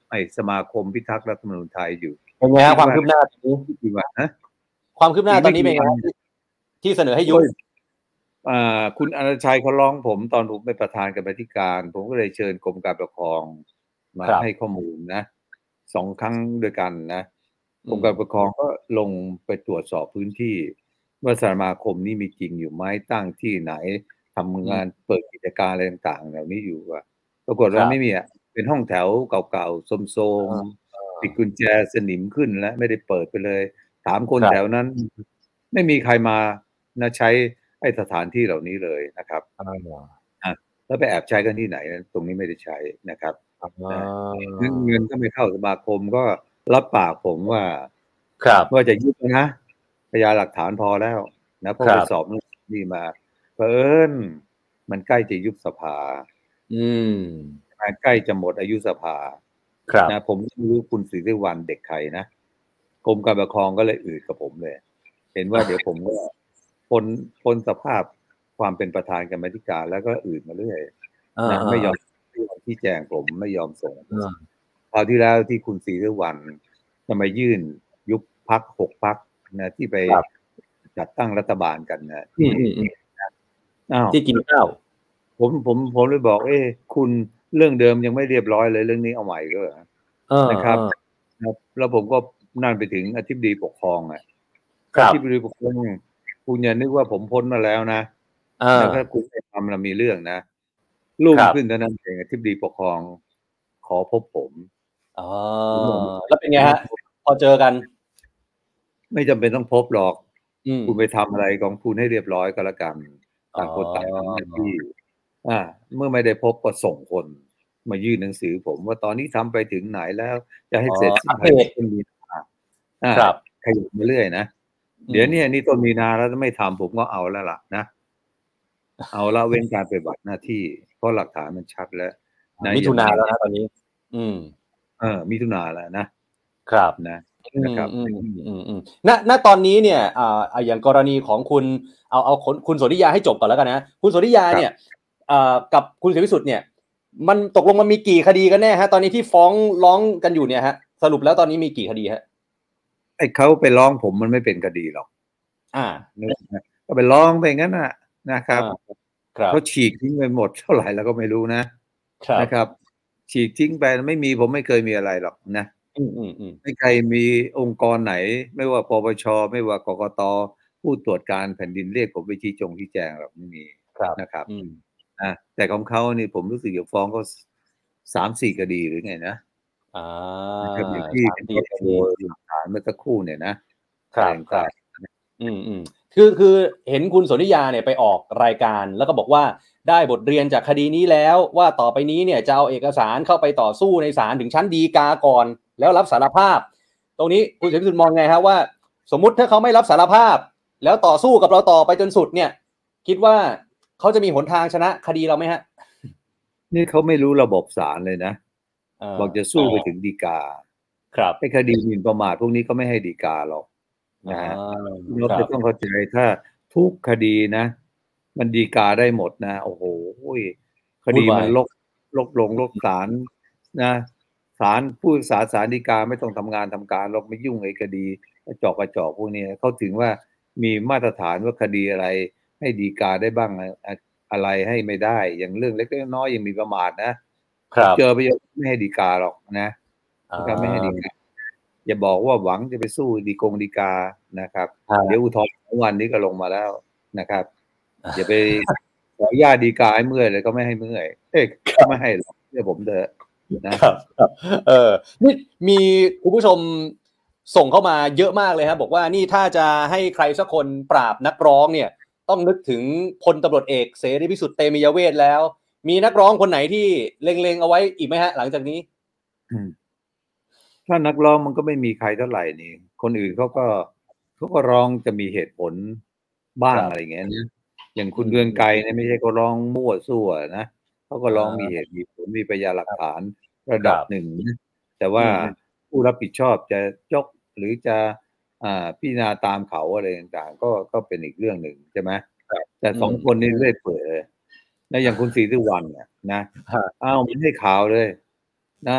ไอ้สมาคมพิทักษ์รัฐธรรมนูญไทยอยู่เป็นไงความคืบหน้าตอนนี้กี่วันนะความคืบหน้าตอนนี้เป็นไงที่เสนอให้ยุบอ่าคุณอรชัยเขาร้องผมตอนผมเป็นประธานกรรมาธิการผมก็เลยเชิญกรมการปกครองมาให้ข้อมูลนะสองครั้งด้วยกันนะกรมการปกครองก็ลงไปตรวจสอบพื้นที่ว่าสมาคมนี้มีจริงอยู่ไหมตั้งที่ไหนทำงานเปิดกิจการอะไรต่างๆเหล่านี้อยู่อ่ะปรากฏว่าไม่มีอ่ะเป็นห้องแถวเก่าๆโทรมๆปิดกุญแจสนิมขึ้นแล้วไม่ได้เปิดไปเลยถามคนแถวนั้นไม่มีใครมานะใช้ไอ้สถานที่เหล่านี้เลยนะครับอ่าแล้วไปแอบใช้กันที่ไหนตรงนี้ไม่ได้ใช้นะครับเงินเงินก็ไม่เข้าสมาคมก็รับปากผมว่าว่าจะยุบนะพยานหลักฐานพอแล้วนะเพราะไปสอบนี่มาเพิ่นมันใกล้จะยุบสภาอืมใกล้จะหมดอายุสภานะผมไม่รู้คุณศรีสุวรรณเด็กใครนะกรมการปกครองก็เลยอืดกับผมเลยเห็นว่าเดี๋ยวผมก็พ้นพ้นสภาพความเป็นประธานกรรมาธิการแล้วก็อืดมาเรื่อยนะไม่ยอมที่แจงผมไม่ยอมส่งคราวที่แล้วที่คุณศรีสุวรรณจะมายื่นยุบพรรคหกพรรคนะที่ไปจัดตั้งรัฐบาลกันนะที่ที่กินข้าวผมผมผมเลยบอกเอ้คุณเรื่องเดิมยังไม่เรียบร้อยเลยเรื่องนี้เอาใหม่ก็นะครับแล้วผมก็นั่นไปถึงอธิบดีปกครองอ่ะอธิบดีปกครองคุณอย่านึกว่าผมพ้นมาแล้วนะแล้วถ้าคุณไปทำแล้วมีเรื่องนะลูกขึ้นเท่านั้นเองอธิบดีปกครองขอพบผมอ๋อแล้วเป็นไงฮะพอเจอกันไม่จำเป็นต้องพบหรอกคุณไปทำอะไรของคุณให้เรียบร้อยก็แล้วกันต่างคนต่างทำหน้าที่อ่าเมื่อไม่ได้พบก็ส่งคนมายื่นหนังสือผมว่าตอนนี้ทำไปถึงไหนแล้วจะให้เสร็จสิ้นภายในต้นมีนาอ่าขยับมาเรื่อยนะเดี๋ยวนี้นี่ต้นมีนาแล้วไม่ทำผมก็เอาแล้วล่ะนะเอาละเว้นการปฏิบัติหน้าที่เพราะหลักฐานมันชัดแล้วมิถุนาแล้วนะตอนนี้ อืมเออมิถุนาแล้วนะครับนะนะครับอืมอืมอืมอืมณณตอนนี้เนี่ยอ่าอย่างกรณีของคุณเอาเอาคุณโสริยาให้จบก่อนแล้วกันนะคุณโสริยาเนี่ยอ่ากับคุณเสรีพิสุทธิ์เนี่ยมันตกลงมันมีกี่คดีกันแน่ฮะตอนนี้ที่ฟ้องร้องกันอยู่เนี่ยฮะสรุปแล้วตอนนี้มีกี่คดีฮะไอ้เขาไปร้องผมมันไม่เป็นคดีหรอกอ่าก็ไปร้องไปงั้นน่ะนะครับเขาฉีกทิ้งไปหมดเท่าไหร่แล้วก็ไม่รู้นะนะครับฉีกทิ้งไปไม่มีผมไม่เคยมีอะไรหรอกนะไม่เคยมีองค์กรไหนไม่ว่าปปชไม่ว่ากกตผู้ตรวจการแผ่นดินเรียกผมไปชี้จงชี้แจงหรอกไม่มีนะครับอ่าแต่ของเขานี่ผมรู้สึกจะฟ้องก็สามสี่คดีหรือไงนะอ่าครับอย่างที่เป็นคดีหลักฐานเมื่อสักครู่เนี่ยนะครับครับอืมอืมคือคือเห็นคุณโสริยาเนี่ยไปออกรายการแล้วก็บอกว่าได้บทเรียนจากคดีนี้แล้วว่าต่อไปนี้เนี่ยจะเอาเอกสารเข้าไปต่อสู้ในศาลถึงชั้นฎีกาก่อนแล้วรับสารภาพตรงนี้คุณเสรีพิสุทธิ์มองไงครับว่าสมมุติถ้าเขาไม่รับสารภาพแล้วต่อสู้กับเราต่อไปจนสุดเนี่ยคิดว่าเขาจะมีหนทางชนะคดีเราไหมฮะนี่เขาไม่รู้ระบบศาลเลยนะบอกจะสู้ไปถึงฎีกาครับไอ้คดีหมิ่นประมาทพวกนี้ก็ไม่ให้ฎีกาหรอกนะฮะเราจะต้องเข้าใจถ้าทุกคดีนะมันฎีกาได้หมดนะโอ้โหคดีมันลกลกลงลกศาลนะศาลผู้พิพากษาศาลฎีกาไม่ต้องทำงานทำการเราไม่ยุ่งไอ้คดีกระจอกกระจอกพวกนี้เขาถึงว่ามีมาตรฐานว่าคดีอะไรให้ฎีกาได้บ้างอะไรให้ไม่ได้อย่างเรื่องเล็กๆน้อยๆยังมีประมาทนะเจอไปเยอะไม่ให้ฎีกาหรอกนะก็ไม่ให้ฎีกาอย่าบอกว่าหวังจะไปสู้ฎีกงฎีกานะครับเดี๋ยวอุทธรณ์วันนี้ก็ลงมาแล้วนะครับอย่าไปขออนุญาตฎีกาให้เมื่อยเลยก็ไม่ให้เมื่อยเอ๊ะไม่ให้หรอกเดี๋ยวผมเถอะนะครับเออนี่มีคุณผู้ชมส่งเข้ามาเยอะมากเลยครับบอกว่านี่ถ้าจะให้ใครสักคนปราบนักร้องเนี่ยต้องนึกถึงพลตำรวจเอกเสรีพิสุทธิ์เตมียเวทแล้วมีนักร้องคนไหนที่เล็งๆเอาไว้อีกไหมฮะหลังจากนี้ถ้านักร้องมันก็ไม่มีใครเท่าไหร่นี่คนอื่นเขาก็เขาก็ร้องจะมีเหตุผลบ้างอะไรเงี้ยนะอย่างคุณเรืองไกรเนี่ยไม่ใช่เขาร้องมั่วซั่วนะเขาก็ร้องมีเหตุมีผลมีพยานหลักฐานระดับหนึ่งแต่ว่าผู้รับผิดชอบจะยกหรือจะอ่าพิจารณาตามเขาอะไรต่างๆก็ก็เป็นอีกเรื่องหนึ่งใช่ไหมแต่สองคนนี้เรื่อยเปื่อยเลยนะอย่างคุณศรีสุวรรณเนี่ยนะอ้าวมันให้ข่าวเลยนะ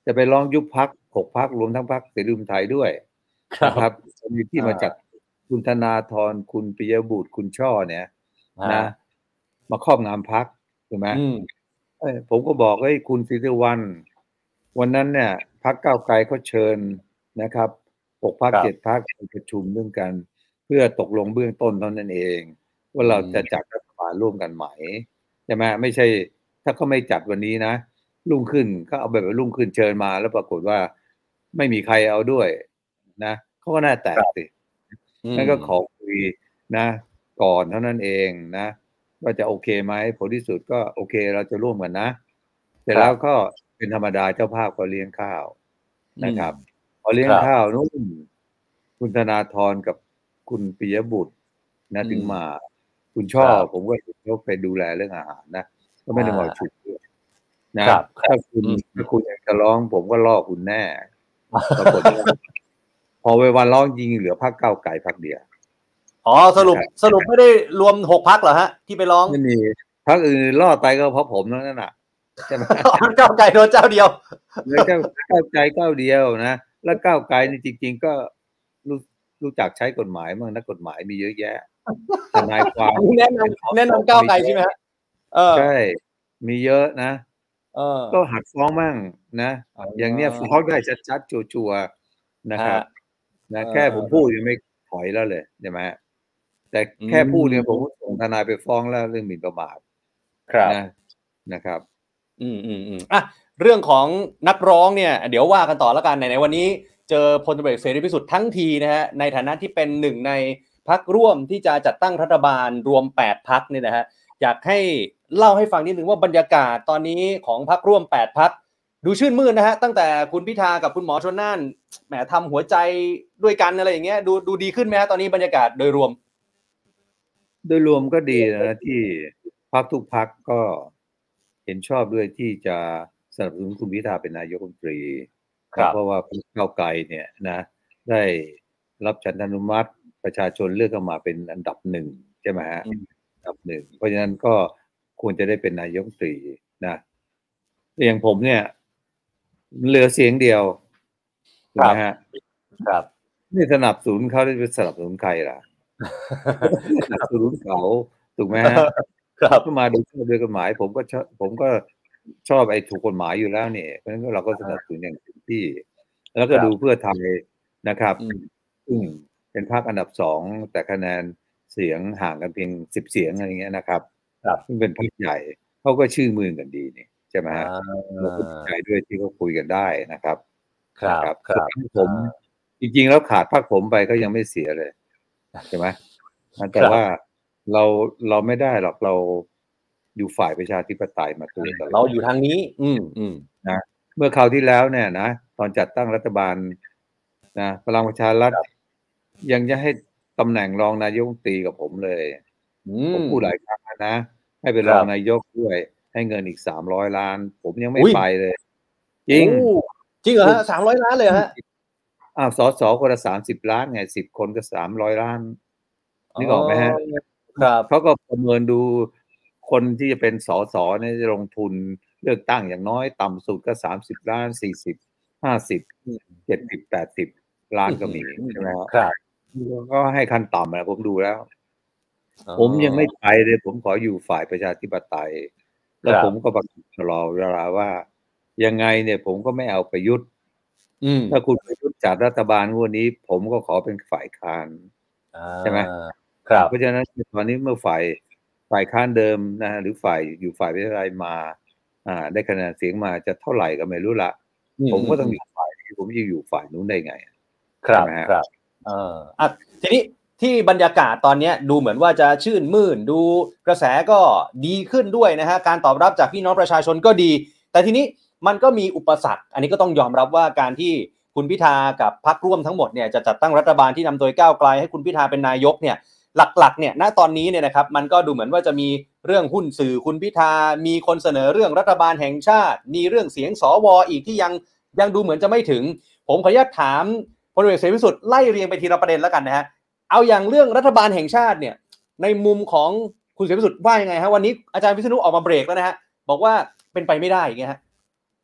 จะไปร้องยุบพรรคหกพรรครวมทั้งพรรคเสรีรวมไทยด้วยนะครับมีที่มาจากคุณธนาธรคุณปิยบุตรคุณช่อเนี่ยนะมาครอบงำพรรคถูกไหมผมก็บอกให้คุณศิริวัลย์วันนั้นเนี่ยพรรคก้าวไกลเขาเชิญนะครับหกพรรคเจ็ดพรรคประชุมร่วมกันเพื่อตกลงเบื้องต้นเท่านั้นเองว่าเราจะจัดรัฐบาลร่วมกันไหมใช่ไหมไม่ใช่ถ้าเขาไม่จัดวันนี้นะรุ่งขึ้นก็เอาแบบรุ่งขึ้นเชิญมาแล้วปรากฏว่าไม่มีใครเอาด้วยนะเขาก็น่าแตกสินั่นก็ขอคุยนะก่อนเท่านั้นเองนะว่าจะโอเคไหมผลที่สุดก็โอเคเราจะร่วมกันนะเสร็จแล้วก็เป็นธรรมดาเจ้าภาพก็เลี้ยงข้าวนะครับพอเลี้ยงข้าวนู่นคุณธนาธรกับคุณปิยบุตรนะถึงมาคุณช่อผมก็เขาไปดูแลเรื่องอาหารนะก็ไม่ได้มาฉุกนะถ้าคุณถ้าคุณอยากจะร้องผมก็ล่อคุณแน่ปรากฏว่าพอไปวันร้องยิงเหลือพรรคก้าวไกลพรรคเดียวอ๋อสรุปสรุปไม่ได้รวมหกพรรคเหรอฮะที่ไปร้องไม่มีพรรคอื่นรอดไปก็เพราะผมนั่นน่ะใช่ไหมก้าวไกลโดนเจ้าเดียวแล้วก้าวก้าวไกลก้าวเดียวนะแล้วก้าวไกลนี่จริงๆก็รู้รู้จักใช้กฎหมายมั่งนักกฎหมายมีเยอะแยะทนายความแนะนำแนะนำก้าวไกลใช่ไหมฮะใช่มีเยอะนะก็หัดฟ้องมั่งนะอย่างเนี้ยฟ้องได้ชัดๆจัวๆนะครับนะแค่ผมพูดยังไม่ถอยแล้วเลยใช่ไหมแต่แค่พูดเนี่ยผมส่งทนายไปฟ้องแล้วเรื่องหมิ่นประมาทนะนะครับอืมอืมอืมอ่ะเรื่องของนักร้องเนี่ยเดี๋ยวว่ากันต่อแล้วกันในวันนี้เจอพลตำรวจเอกเสรีพิสุทธิ์ทั้งทีนะฮะในฐานะที่เป็นหนึ่งในพรรคร่วมที่จะจัดตั้งรัฐบาลรวมแปดพรรคเนี่ยนะฮะอยากให้เล่าให้ฟังนิดนึงว่าบรรยากาศตอนนี้ของพรรคร่วมแปดพรรคดูชื่นมื่นนะฮะตั้งแต่คุณพิธากับคุณหมอชลน่านแหมทำหัวใจด้วยกันอะไรอย่างเงี้ยดูดูดีขึ้นไหมฮะตอนนี้บรรยากาศโดยรวมโดยรวมก็ดีนะที่พรรคทุกพรรคก็เห็นชอบด้วยที่จะสนับสนุนคุณพิธาเป็นนายกรัฐมนตรีเพราะว่าพรรคก้าวไกลเนี่ยนะได้รับฉันทานุมัติประชาชนเลือกเข้ามาเป็นอันดับหนึ่งใช่ไหมฮะอันดับหนึ่งเพราะฉะนั้นก็ควรจะได้เป็นนายกรัฐมนตรีนะอย่างผมเนี่ยเหลือเสียงเดียวถูกไหมฮะครับนี่สนับสนุนเขาได้ไปสนับสนุนใครล่ะสนับสนุนเขาถูกไหมฮะครับก็มาโดยโดยกฎหมายผมก็ชอบผมก็ชอบไอ้ถูกกฎหมายอยู่แล้วเนี่ยเพราะฉะนั้นเราก็สนับสนุนอย่างเต็มที่แล้วก็ดูเพื่อไทยนะครับซึ่งเป็นพรรคอันดับสองแต่คะแนนเสียงห่างกันเพียงสิบเสียงอะไรเงี้ยนะครับซึ่งเป็นพรรคใหญ่เขาก็ชื่อมือกันดีนี่ใช่ไหมฮะเราก็ดีใจด้วยที่เขาคุยกันได้นะครับครับครับผมจริงๆแล้วขาดพรรคผมไปก็ยังไม่เสียเลยใช่ไหมแต่ว่าเราเราไม่ได้หรอกเราอยู่ฝ่ายประชาธิปไตยมาตลอดเราอยู่ทางนี้อืมอืมนะเมื่อคราวที่แล้วเนี่ยนะตอนจัดตั้งรัฐบาลนะพลังประชารัฐยังจะให้ตำแหน่งรองนายกรัฐมนตรีกับผมเลยผมพูดหลายครั้งนะให้เป็นรองนายกด้วยให้เงินอีกสามร้อยล้านผมยังไม่ไปเลยจริงจริงเหรอฮะสามร้อยล้านเลยฮะอ้าวสสคนละสามสิบล้านไงสิบคนก็สามร้อยล้านนึกออกไหมฮะครับเขาก็ประเมินดูคนที่จะเป็นสสเนี่ยจะลงทุนเลือกตั้งอย่างน้อยต่ำสุดก็สามสิบล้านสี่สิบห้าสิบเจ็ดสิบแปดสิบล้านก็มีใช่ไหมครับก็ให้ขั้นต่ำนะผมดูแล้วผมยังไม่ไปเลยผมขออยู่ฝ่ายประชาธิปไตยแล้วผมก็ประกาศตลอดเวลาว่ายังไงเนี่ยผมก็ไม่เอาประยุทธ์ถ้าคุณประยุทธ์จัดรัฐบาลวันนี้ผมก็ขอเป็นฝ่ายค้านใช่ไหมเพราะฉะนั้นตอนนี้เมื่อฝ่ายฝ่ายค้านเดิมนะหรือฝ่ายอยู่ฝ่ายประชาธิปไตยมาอ่าได้คะแนนเสียงมาจะเท่าไหร่ก็ไม่รู้ละผมก็ต้องอยู่ฝ่ายนี้ผมจะอยู่ฝ่ายนู้นได้ไงครับครับเอออ่ะทีนี้ที่บรรยากาศตอนนี้ดูเหมือนว่าจะชื่นมื่นดูกระแสก็ดีขึ้นด้วยนะฮะการตอบรับจากพี่น้องประชาชนก็ดีแต่ทีนี้มันก็มีอุปสรรคอันนี้ก็ต้องยอมรับว่าการที่คุณพิธากับพรรคร่วมทั้งหมดเนี่ยจะจัดตั้งรัฐบาลที่นำโดยก้าวไกลให้คุณพิธาเป็นนายกเนี่ยหลักๆเนี่ยณตอนนี้เนี่ยนะครับมันก็ดูเหมือนว่าจะมีเรื่องหุ้นสื่อคุณพิธามีคนเสนอเรื่องรัฐบาลแห่งชาติมีเรื่องเสียงสวอีกที่ยังยังดูเหมือนจะไม่ถึงผมขออนุญาตถามพลเอกเสรีพิสุทธิ์ไล่เรียงไปทีละประเด็นแล้วกันนะฮะเอาอย่างเรื่องรัฐบาลแห่งชาติเนี่ยในมุมของคุณเสรีพิสุทธิ์ว่ายังไงฮะวันนี้อาจารย์วิษณุออกมาเบรกแล้วนะฮะบอกว่าเป็นไปไม่ได้อย่างเงี้ยฮะ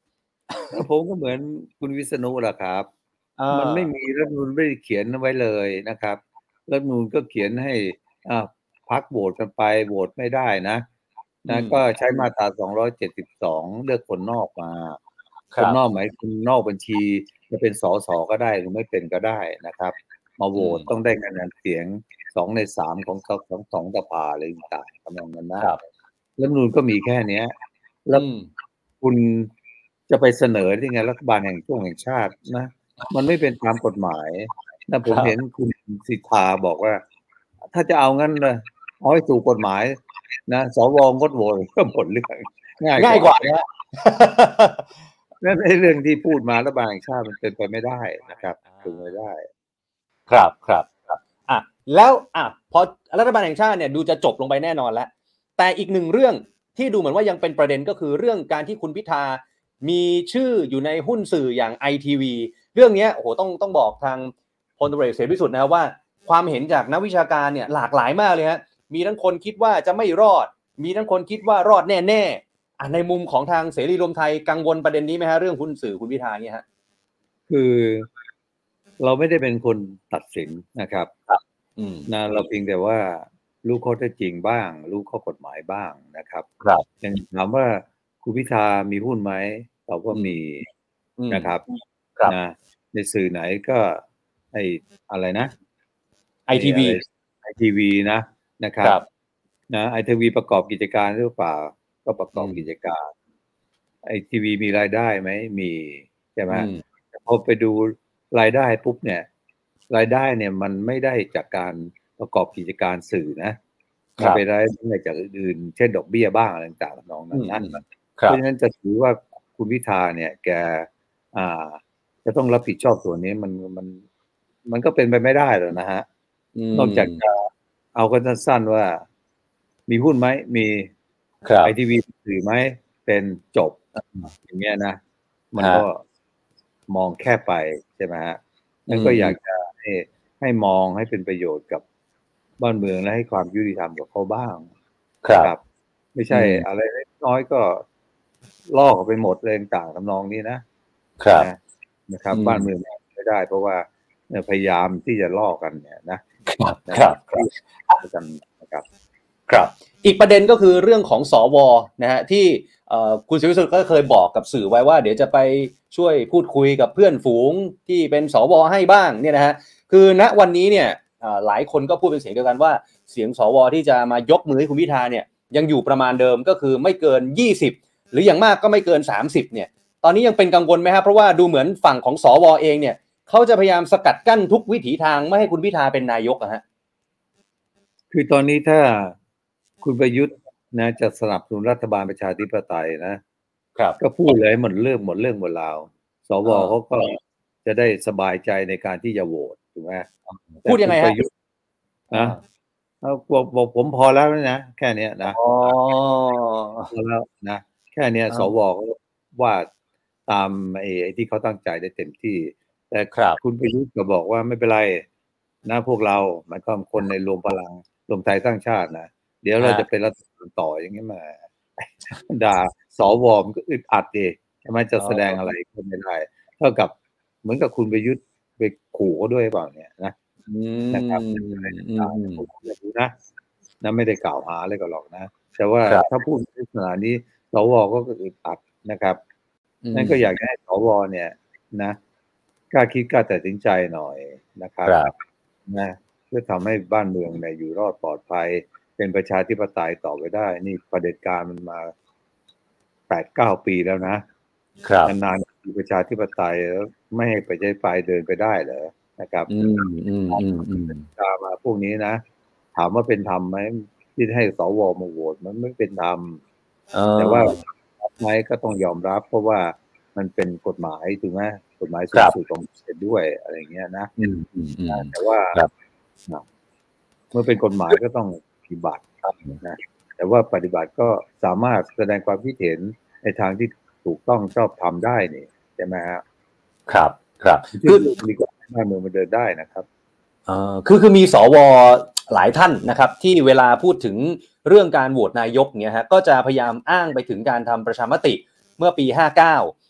ผมก็เหมือนคุณวิษณุแหละครับมันไม่มีรัฐธรรมนูญไม่ได้เขียนไว้เลยนะครับรัฐธรรมนูญก็เขียนให้อ่าพรรคโหวตกันไปโหวตไม่ได้นะนะก็ใช้มาตราสองร้อยเจ็ดสิบสองเลือกคนนอกมาคนนอกหมายคนนอกบัญชีจะเป็นสสก็ได้หรือไม่เป็นก็ได้นะครับมาโหวตต้องได้คะแนนเสียงสองในสามของของสองสภาอะไรต่างๆทำนองนั้นนะรัฐธรรมนูญก็มีแค่เนี้ยแล้วคุณจะไปเสนอที่ไงรัฐบาลแห่งช่วงแห่งชาตินะมันไม่เป็นตามกฎหมายนะผมเห็นคุณสิทธาบอกว่าถ้าจะเอางั้นเลยเอาให้ถูกกฎหมายนะสวงดโหวตก็หมดเรื่องง่ายง่ายกว่าเนี่ยนั่นไอ้เรื่องที่พูดมารัฐบาลแห่งชาติมันเป็นไปไม่ได้นะครับเป็นไม่ได้ครับครับครับอ่ะแล้วอ่ะพอรัฐบาลแห่งชาติเนี่ยดูจะจบลงไปแน่นอนแล้วแต่อีกหนึ่งเรื่องที่ดูเหมือนว่ายังเป็นประเด็นก็คือเรื่องการที่คุณพิธามีชื่ออยู่ในหุ้นสื่ออย่าง ไอ ที วี เรื่องนี้โอ้โหต้องต้องบอกทางพลตำรวจเอกเสรีพิสุทธิ์นะครับว่าความเห็นจากนักวิชาการเนี่ยหลากหลายมากเลยฮะมีทั้งคนคิดว่าจะไม่รอดมีทั้งคนคิดว่ารอดแน่ๆอ่ะในมุมของทางเสรีรวมไทยกังวลประเด็นนี้ไหมฮะเรื่องหุ้นสื่อคุณพิธาเนี่ยฮะคือเราไม่ได้เป็นคนตัดสินนะครับนะเราเพียงแต่ว่ารู้ข้อเท็จจริงบ้างรู้ข้อกฎหมายบ้างนะครับอย่างถามว่าคุณพิธามีหุ้นไหมเราก็มีนะครับนะในสื่อไหนก็ไอ้อะไรนะไอ ที วีไอ ที วี นะนะครับนะไอ ที วี ประกอบกิจการหรือเปล่าก็ประกอบกิจการไอ ที วี มีรายได้ไหมมีใช่ไหมพอไปดูรายได้ปุ๊บเนี่ยรายได้เนี่ยมันไม่ได้จากการประกอบกิจการสื่อนะมันไปได้ได้จากอื่นเช่นดอกเบี้ยบ้างอะไรต่างๆน้องนั้นนั่นเพราะฉะนั้นจะถือว่าคุณพิธาเนี่ยแกอ่าจะต้องรับผิดชอบส่วนนี้มันมันมันก็เป็นไปไม่ได้หรอกนะฮะนอกจากจะเอากันสั้นๆว่ามีหุ้นไหมมีไอทีวีสื่อไหมเป็นจบอย่างเงี้ยนะมันก็มองแค่ไปใช่ไหมฮะนั่นก็อยากจะให้ให้มองให้เป็นประโยชน์กับบ้านเมืองและให้ความยุติธรรมกับเขาบ้างครับไม่ใช่อะไรน้อยก็ลอกไปหมดเลยต่างๆทำนองนี้นะครับนะครับบ้านเมืองไม่ได้เพราะว่าพยายามที่จะลอกกันเนี่ยนะครับครับนะครับครับอีกประเด็นก็คือเรื่องของสวนะฮะที่คุณศิริสุทธิ์ก็เคยบอกกับสื่อไว้ว่าเดี๋ยวจะไปช่วยพูดคุยกับเพื่อนฝูงที่เป็นสวให้บ้างเนี่ยนะฮะคือณวันนี้เนี่ยหลายคนก็พูดเป็นเสียงเดียวกันว่าเสียงสวที่จะมายกมือให้คุณพิธาเนี่ยยังอยู่ประมาณเดิมก็คือไม่เกินยี่สิบหรืออย่างมากก็ไม่เกินสามสิบเนี่ยตอนนี้ยังเป็นกังวลไหมครับเพราะว่าดูเหมือนฝั่งของสวเองเนี่ยเขาจะพยายามสกัดกั้นทุกวิถีทางไม่ให้คุณพิธาเป็นนายกอะฮะคือตอนนี้ถ้าคุณประยุทธ์นะจะสนับสนุนรัฐบาลประชาธิปไตยนะครับก็พูดเลยหมดเรื่องหมดเรื่องหมดราวสวเขาก็จะได้สบายใจในการที่จะโหวตถูกไหมพูดยังไงฮะนะบอกบอกผมพอแล้วนะแค่นี้นะอ๋อพอแล้วนะแค่นี้สวก็ว่าตามไอ้ที่เขาตั้งใจได้เต็มที่แต่คุณประยุทธ์ก็บอกว่าไม่เป็นไรนะพวกเราหมายความคนในรวมพลังรวมไทยสร้างชาตินะเดี๋ยวเราจะเป็นรัฐบาลต่ออย่างนี้มาด่าสวมันก็อึดอัดดิใช่ไหมจะแสดงอะไรก็ไม่ได้เท่ากับเหมือนกับคุณประยุทธ์ไปขู่เขาด้วยเปล่าเนี่ยนะนะครับนะนะไม่ได้กล่าวหาอะไรก็หรอกนะแต่ว่าถ้าพูดในลักษณะนี้สวก็อึดอัดนะครับนั่นก็อยากให้สวเนี่ยนะกล้าคิดกล้าตัดสินใจหน่อยนะครับนะเพื่อทำให้บ้านเมืองเนี่ยอยู่รอดปลอดภัยเป็นประชาธิปไตยต่อไปได้นี่เผด็จการมันมาแปดเก้าปีแล้วนะครับนานๆมีประชาธิปไตยแล้วไม่ให้ประชาธิปไตยเดินไปได้เหรอนะครับอืมอืมอืมอืมตามมาพวกนี้นะถามว่าเป็นธรรมไหมที่ให้สวมาโหวตมันไม่เป็นธรรมแต่ว่าไหมก็ต้องยอมรับเพราะว่ามันเป็นกฎหมายถูกไหมกฎหมายสูงสุดของประเทศด้วยอะไรเงี้ยนะแต่ว่าเมื่อเป็นกฎหมายก็ต้องปฏิบัตินะแต่ว่าปฏิบัติก็สามารถแสดงความคิดเห็นในทางที่ถูกต้องชอบทำได้นี่ใช่ไหมครับครับครับคือมีกฎหมายบ้านเมืองมันเดินได้นะครับเอ่อคือคือมีสวหลายท่านนะครับที่เวลาพูดถึงเรื่องการโหวตนายกเนี่ยฮะก็จะพยายามอ้างไปถึงการทำประชามติเมื่อปีห้าเก้า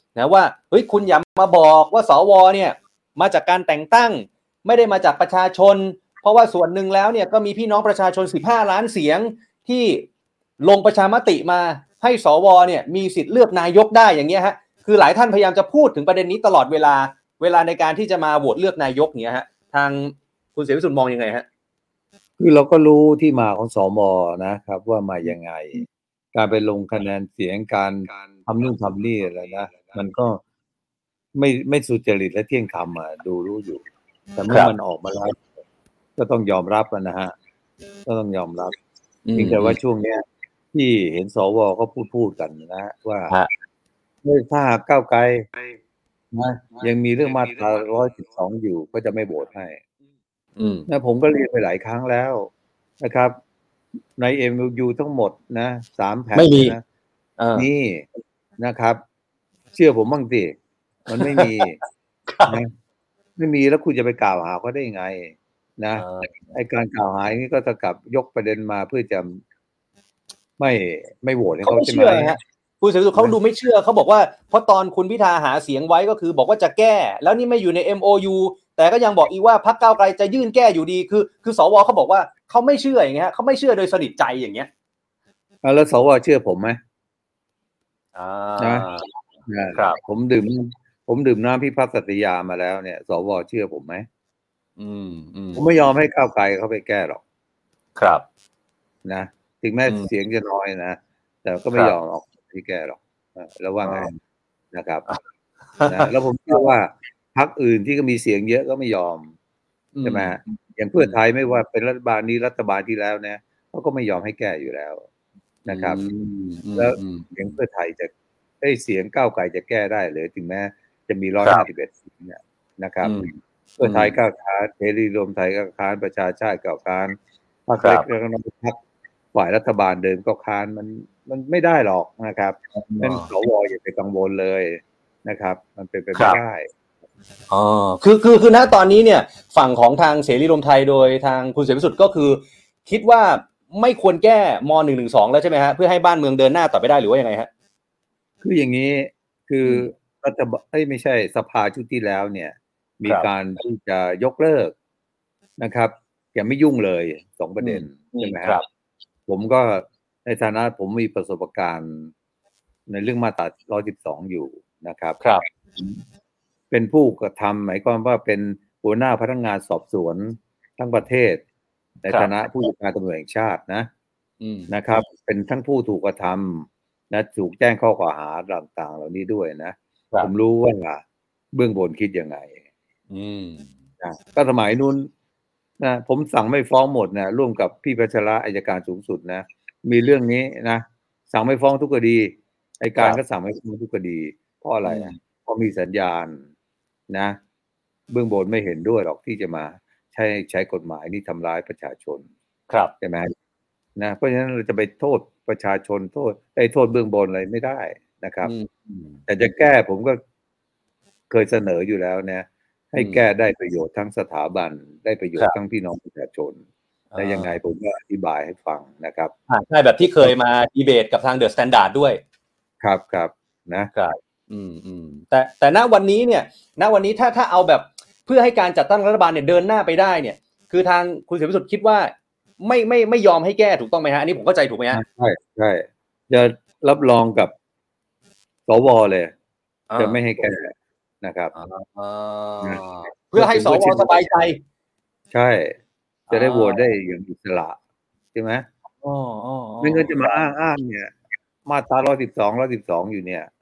นะว่าเฮ้ยคุณอย่ามาบอกว่าสวเนี่ยมาจากการแต่งตั้งไม่ได้มาจากประชาชนเพราะว่าส่วนหนึ่งแล้วเนี่ยก็มีพี่น้องประชาชนสิบห้าล้านเสียงที่ลงประชามติมาให้สวเนี่ยมีสิทธิ์เลือกนายกได้อย่างเงี้ยฮะคือหลายท่านพยายามจะพูดถึงประเด็นนี้ตลอดเวลาเวลาในการที่จะมาโหวตเลือกนายกเงี้ยฮะทางคุณเสรีพิสุทธิ์มองยังไงฮะคือเราก็รู้ที่มาของสมนะครับว่ามายังไงการไปลงคะแนนเสียงการทำนู่นทำนี่อะไรนะมันก็ไม่ไม่สุจริตและเที่ยงธรรมอ่ะดูรู้อยู่แต่เมื่อมันออกมาแล้วก็ต้องยอมรับนะฮะก็ต้องยอมรับเพียงแต่ว่าช่วงเนี้ยที่เห็นสวก็พูดพูดกันนะว่าถ้าก้าวไกลนะยังมีเรื่องมาตราหนึ่งร้อยสิบสองอยู่ก็จะไม่โหวตให้นะผมก็เรียนไปหลายครั้งแล้วนะครับใน เอ็ม โอ ยู ทั้งหมดนะสามแผ่นนะนี่นะครับเชื่อผมบ้างสิมันไม่มีนะไม่มีแล้วคุณจะไปกล่าวหาเขาได้ยังไงนะไอ้การกล่าวหานี้ก็เท่ากับยกประเด็นมาเพื่อจะไม่ไม่โหวตให้เขาใช่ไหมคุณเสรีพิสุทธิ์เขาดูไม่เชื่อเขาบอกว่าเพราะตอนคุณพิธาหาเสียงไว้ก็คือบอกว่าจะแก้แล้วนี่ไม่อยู่ใน เอ็ม โอ ยู แต่ก็ยังบอกอีกว่าพรรคก้าวไกลจะยื่นแก้อยู่ดีคือคือสวเขาบอกว่าเขาไม่เชื่ออย่างเงี้ยเขาไม่เชื่อโดยสนิทใจอย่างเงี้ยแล้วสวเชื่อผมไหมอ่านะครับผมดื่มผมดื่มน้ำพิพัฒน์สัตยามาแล้วเนี่ยสวเชื่อผมไหมอืมอืมผมไม่ยอมให้ก้าวไกลเขาไปแก้หรอกครับนะถึงแม้เสียงจะน้อยนะแต่ก็ไม่ยอมออกที่แก้หรอกแล้วว่าไงนะครับนะแล้วผมเชื่อว่าพรรคอื่นที่ก็มีเสียงเยอะก็ไม่ยอมใช่ไหมอย่างเพื่อไทยไม่ว่าเป็นรัฐบาลนี้รัฐบาลที่แล้วเนี่ยเขาก็ไม่ยอมให้แก้อยู่แล้วนะครับแล้วอย่างเพื่อไทยจะได้เสียงก้าวไกลจะแก้ได้หรือถึงแม้จะมีร้อยห้าสิบเอ็ดเสียงเนี่ยนะครับเพื่อไทยก็ค้านเสรีรวมไทยก็ค้านประชาชาติก็ค้านพรรคเล็กแล้วก็พรรคฝ่ายรัฐบาลเดิมก็ค้านมันมันไม่ได้หรอกนะครับนั่นสวอย่าไปกังวลเลยนะครับมันเป็นไปไม่ได้อ๋อคือคือคือณตอนนี้เนี่ยฝั่งของทางเสรีรวมไทยโดยทางคุณเสรีพิสุทธิ์ก็คือคิดว่าไม่ควรแก้มหนึ่งหนึ่งสองแล้วใช่ไหมฮะเพื่อให้บ้านเมืองเดินหน้าต่อไปได้หรือว่ายังไงฮะคืออย่างนี้คือรัฐบาลไม่ใช่สภาชุดที่แล้วเนี่ยมีการที่จะยกเลิกนะครับอย่าไม่ยุ่งเลยสองประเด็นใช่ไหมครับผมก็ในฐานะผมมีประสบการณ์ในเรื่องมาตราหนึ่งร้อยสิบสองอยู่นะครับครับเป็นผู้กระทำหมายความว่าเป็นหัวหน้าพนักงานสอบสวนทั้งประเทศในฐานะผู้จัดการตำรวจแห่งชาตินะนะครับเป็นทั้งผู้ถูกกระทำนะถูกแจ้งข้อกล่าวหาต่างๆเหล่านี้ด้วยนะผมรู้ว่าเบื้องบนคิดยังไงนะก็สมัยนู้นนะผมสั่งไม่ฟ้องหมดนะร่วมกับพี่พัชระอัยการสูงสุดนะมีเรื่องนี้นะสั่งไม่ฟ้องทุกคดีอัยการก็สั่งไม่ฟ้องทุกคดีเพราะอะไรนะเพราะมีสัญญาณนะเบื้องบนไม่เห็นด้วยหรอกที่จะมาใช้ใช้กฎหมายนี่ทำร้ายประชาชนครับใช่ไหมนะเพราะฉะนั้นเราจะไปโทษประชาชนโทษไอ้โทษเบื้องบนอะไรไม่ได้นะครับแต่จะแก้ผมก็เคยเสนออยู่แล้วเนี่ยให้แก้ได้ประโยชน์ทั้งสถาบันได้ประโยชน์ทั้งพี่น้องประชาชนและยังไงผมก็อธิบายให้ฟังนะครับใช่แบบที่เคยมาดีเบตกับทางเดอะสแตนดาร์ดด้วยครับครับนะครับอืมอืมแต่แต่ณวันนี้เนี่ยณวันนี้ถ้าถ้าเอาแบบเพื่อให้การจัดตั้งรัฐบาลเนี่ยเดินหน้าไปได้เนี่ยคือทางคุณเสรีพิสุทธิ์คิดว่าไม่ไม่ไม่ยอมให้แก้ถูกต้องไหมฮะอันนี้ผมเข้าใจถูกไหมฮะใช่ใช่จะรับรองกับสวเลยจะไม่ให้แก้นะครับเพื่อให้สวสบายใจใช่จะได้โหวตได้อย่างอิสระใช่ไหมอ๋ออ๋อไม่งั้นจะมาอ้างอ้างเนี่ยมาตราหนึ่งร้อยสิบสอง หนึ่งร้อยสิบสองอยู่เนี่ย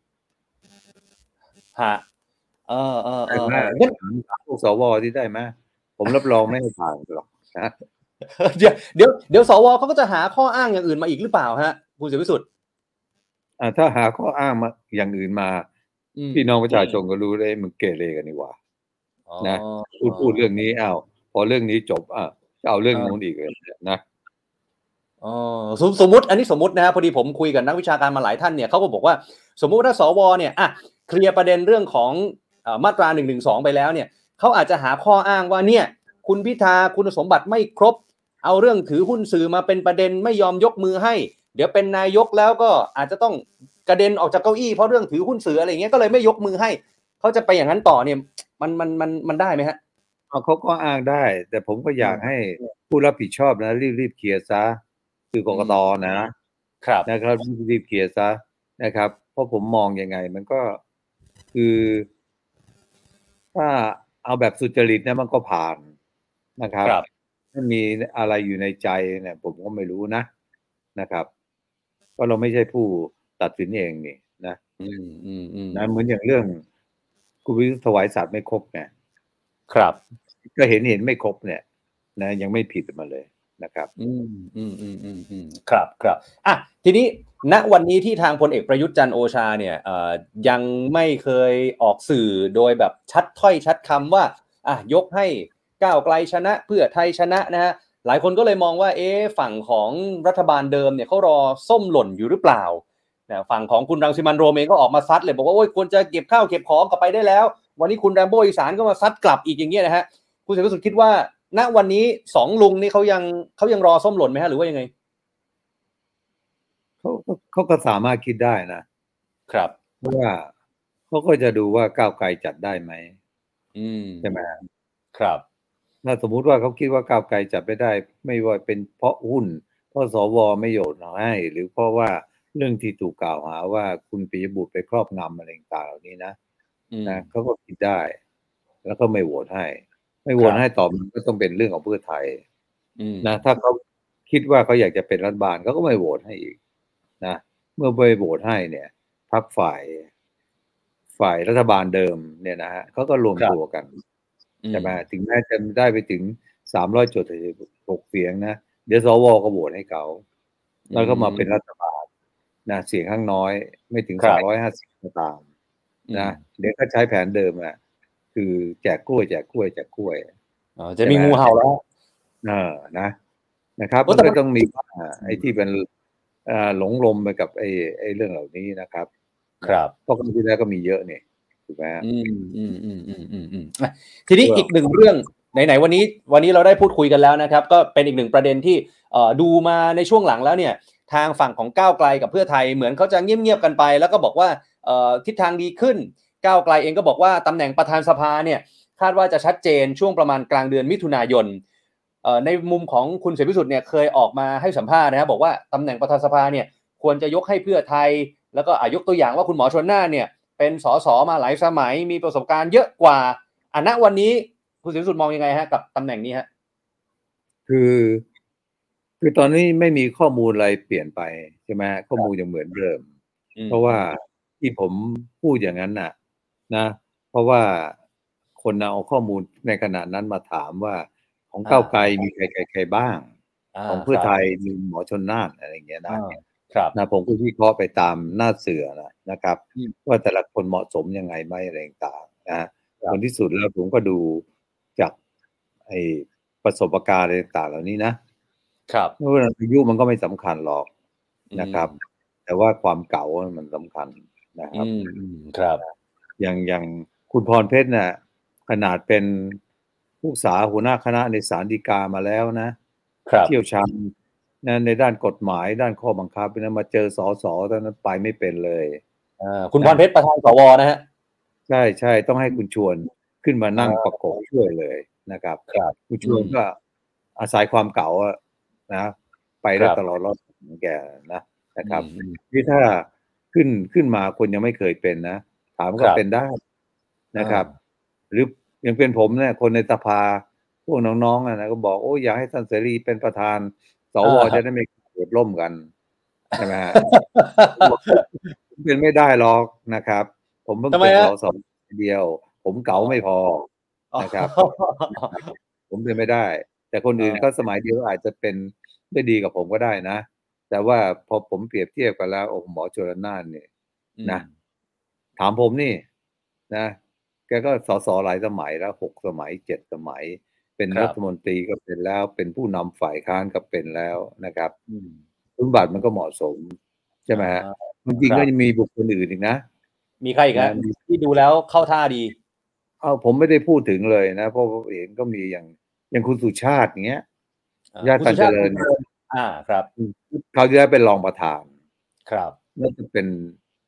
ฮะเออเออเอองั้นพวกสวที่ได้ไหมผมรับรองไม่ให้ผ่านหรอกนะเดี๋ยวเดี๋ยวเดี๋ยวสวเขาก็จะหาข้ออ้างอย่างอื่นมาอีกหรือเปล่าฮะคุณเสรีพิสุทธิ์อ่าถ้าหาข้ออ้างมาอย่างอื่นมาพี่น้องประชาชนก็รู้เลยมึงเกเรกันนี่หว่านะพูดพูดเรื่องนี้อ้าวพอเรื่องนี้จบอ่ะจะเอาเรื่องนู้นอีกเลยนะอ๋อสมมติอันนี้สมมตินะฮะพอดีผมคุยกับนักวิชาการมาหลายท่านเนี่ยเขาก็บอกว่าสมมุติว่าถ้าสวเนี่ยอ่ะเคลียร์ประเด็นเรื่องของมาตราหนึ่งหนึ่งสองไปแล้วเนี่ยเขาอาจจะหาข้ออ้างว่าเนี่ยคุณพิธาคุณสมบัติไม่ครบเอาเรื่องถือหุ้นสื่อมาเป็นประเด็นไม่ยอมยกมือให้เดี๋ยวเป็นนายกแล้วก็อาจจะต้องกระเด็นออกจากเก้าอี้เพราะเรื่องถือหุ้นสื่ออะไรอย่างเงี้ยก็เลยไม่ยกมือให้เขาจะไปอย่างนั้นต่อเนี่ยมันมันมันมันได้ไหมฮะเขาก็อ้างได้แต่ผมก็อยากให้ผู้รับผิดชอบนะรีบๆเคลียร์ซะคือกกตนะครับนะครับรีบๆเคลียร์ซะนะครับเพราะผมมองยังไงมันก็คือถ้าเอาแบบสุจริตเนี่ยมันก็ผ่านนะครับถ้ามีอะไรอยู่ในใจเนี่ยผมก็ไม่รู้นะนะครับเพราะเราไม่ใช่ผู้ตัดสินเองนี่นะอืมอืมอืมนะเหมือนอย่างเรื่องคุณวิศถวายสัตว์ไม่ครบไงครับก็เห็นเห็นไม่ครบเนี่ยนะยังไม่ผิดมาเลยนะครับอืมอืมอืมอืมอืมครับครับอ่ะทีนี้ณวันนี้ที่ทางพลเอกประยุทธ์จันทร์โอชาเนี่ยเอ่อยังไม่เคยออกสื่อโดยแบบชัดถ้อยชัดคำว่าอ่ะยกให้ก้าวไกลชนะเพื่อไทยชนะนะฮะหลายคนก็เลยมองว่าเอ๊ะฝั่งของรัฐบาลเดิมเนี่ยเขารอส้มหล่นอยู่หรือเปล่านะฝั่งของคุณรังสิมันต์โรมเองก็ออกมาซัดเลยบอกว่าโอ้ยควรจะเก็บข้าวเก็บของกลับไปได้แล้ววันนี้คุณแรมโบ้อีสานก็มาซัดกลับอีกอย่างเงี้ยนะฮะคุณเสรีพิสุทธิ์คิดว่าณวันนี้สองลุงนี่เขายังเขายังรอส้มหล่นไหมฮะหรือว่ายังไงเขาเขาก็สามารถคิดได้นะครับเพราะว่าเขาก็จะดูว่าก้าวไกลจัดได้ไหมอืมใช่ไหมครับถ้าสมมุติว่าเขาคิดว่าก้าวไกลจัดไม่ได้ไม่ว่าเป็นเพราะหุ้นเพราะสวไม่โหวตให้หรือเพราะว่าเรื่องที่ถูกกล่าวหาว่าคุณปิยบุตรไปครอบงำอะไรต่างๆเหล่านี้นะนะเขาก็คิดได้แล้วก็ไม่โหวตให้ไม่โหวตให้ต่อมันก็ต้องเป็นเรื่องของเพื่อไทยนะถ้าเขาคิดว่าเขาอยากจะเป็นรัฐบาลเขาก็ไม่โหวตให้อีกนะเมื่อไม่โหวตให้เนี่ยพรรคฝ่ายฝ่ายรัฐบาลเดิมเนี่ยนะฮะเขาก็รวมตัวกันใช่ไหมถึงแม้จะได้ไปถึงสามร้อยจุดหกเสียงนะเดี๋ยวสวก็โหวตให้เขาแล้วก็มาเป็นรัฐบาลนะเสียงข้างน้อยไม่ถึงสองร้อยห้าสิบก็ตามนะเดี๋ยวก็ใช้แผนเดิมอ่ะคือแจกกล้วยแจกกล้วยแจกกล้วยอ๋อจะมีงูเห่าแล้วเออนะนะครับมันก็ต้องมีไอ้ที่เป็นหลงลมไปกับไอ้ไอ้เรื่องเหล่านี้นะครับครับเพราะครั้งที่แล้วก็มีเยอะเนี่ยถูกไหมฮะอืมอืมอืมอืมอืมอืมทีนี้อีกหนึ่งเรื่องไหนๆวันนี้วันนี้เราได้พูดคุยกันแล้วนะครับก็เป็นอีกหนึ่งประเด็นที่เอ่อดูมาในช่วงหลังแล้วเนี่ยทางฝั่งของก้าวไกลกับเพื่อไทยเหมือนเขาจะเงียบๆกันไปแล้วก็บอกว่าเอ่อทิศทางดีขึ้นก้าวไกลเองก็บอกว่าตำแหน่งประธานสภาเนี่ยคาดว่าจะชัดเจนช่วงประมาณกลางเดือนมิถุนายนเอ่อในมุมของคุณเสรีพิสุทธิ์เนี่ยเคยออกมาให้สัมภาษณ์นะครับบอกว่าตำแหน่งประธานสภาเนี่ยควรจะยกให้เพื่อไทยแล้วก็อ่ะยกตัวอย่างว่าคุณหมอชลน่านเนี่ยเป็นสสมาหลายสมัยมีประสบการณ์เยอะกว่าอ่ะณวันนี้คุณเสรีพิสุทธิ์มองยังไงฮะกับตำแหน่งนี้ฮะคือคือตอนนี้ไม่มีข้อมูลอะไรเปลี่ยนไปใช่ไหมข้อมูลยังเหมือนเดิมเพราะว่าที่ผมพูดอย่างนั้นน่ะนะเพราะว่าคนเอาข้อมูลในขณะนั้นมาถามว่าของก้าวไกลมีใครใครใครบ้างของเพื่อไทยมีหมอชลน่านอะไรอย่างเงี้ยนะนะผมก็วิเคราะห์ไปตามหน้าเสือนะนะครับว่าแต่ละคนเหมาะสมยังไงไหมอะไรต่างๆนะคนที่สุดแล้วผมก็ดูจากไอ้ประสบการณ์อะไรต่างๆเหล่านี้นะครับเมื่ออายุมันก็ไม่สำคัญหรอกนะครับแต่ว่าความเก่ามันสำคัญนะครับครับอย่างอย่างคุณพรเพชรน่ะขนาดเป็นผู้ศึกษาหัวหน้าคณะในศาลฎีกามาแล้วนะเชี่ยวชาญในด้านกฎหมายด้านข้อบังคับนะมาเจอสสตอนนั้นไปไม่เป็นเลยคุณพรเพชรประธานสวนะฮะใช่ใช่ต้องให้คุณชวนขึ้นมานั่งประกบช่วยเลยนะครับคุณชวนก็อาศัยความเก่านะไปได้ตลอดรอดของแกนะนะครับที่ถ้าขึ้นขึ้นมาคนยังไม่เคยเป็นนะถามก็เป็นได้นะครับหรือยังเป็นผมเนี่ยคนในสภาพวกน้องๆนะก็บอกโอ้อยากให้ท่านเสรีเป็นประธานสวจะได้ไม่เกิดล่มกันใช่ไหมฮะเป็นไม่ได้หรอกนะครับผมเพิ่งเป็นสสเดียวผมเก่าไม่พอนะครับผมเป็นไม่ได้แต่คนอื่นก็สมัยเดียวอาจจะเป็นได้ดีกับผมก็ได้นะแต่ว่าพอผมเปรียบเทียบกันแล้วโอ้หมอชลน่านเนี่ยนะถามผมนี่นะแกก็สสหลายสมัยแล้วหกสมัยเจ็ดสมัยเป็นรัฐมนตรีก็เป็นแล้วเป็นผู้นำฝ่ายค้านก็เป็นแล้วนะครับคุณบัตรมันก็เหมาะสมใช่ไหมฮะจริงๆก็ยังมีบุคคลอื่นอีกนะมีใครอีกนะที่ดูแล้วเข้าท่าดีเอาผมไม่ได้พูดถึงเลยนะเพราะเห็นก็มีอย่างอย่างคุณสุชาติอย่างเงี้ยญาติตันเจริญอ่าครับเขาจะได้เป็นรองประธานครับน่าจะเป็น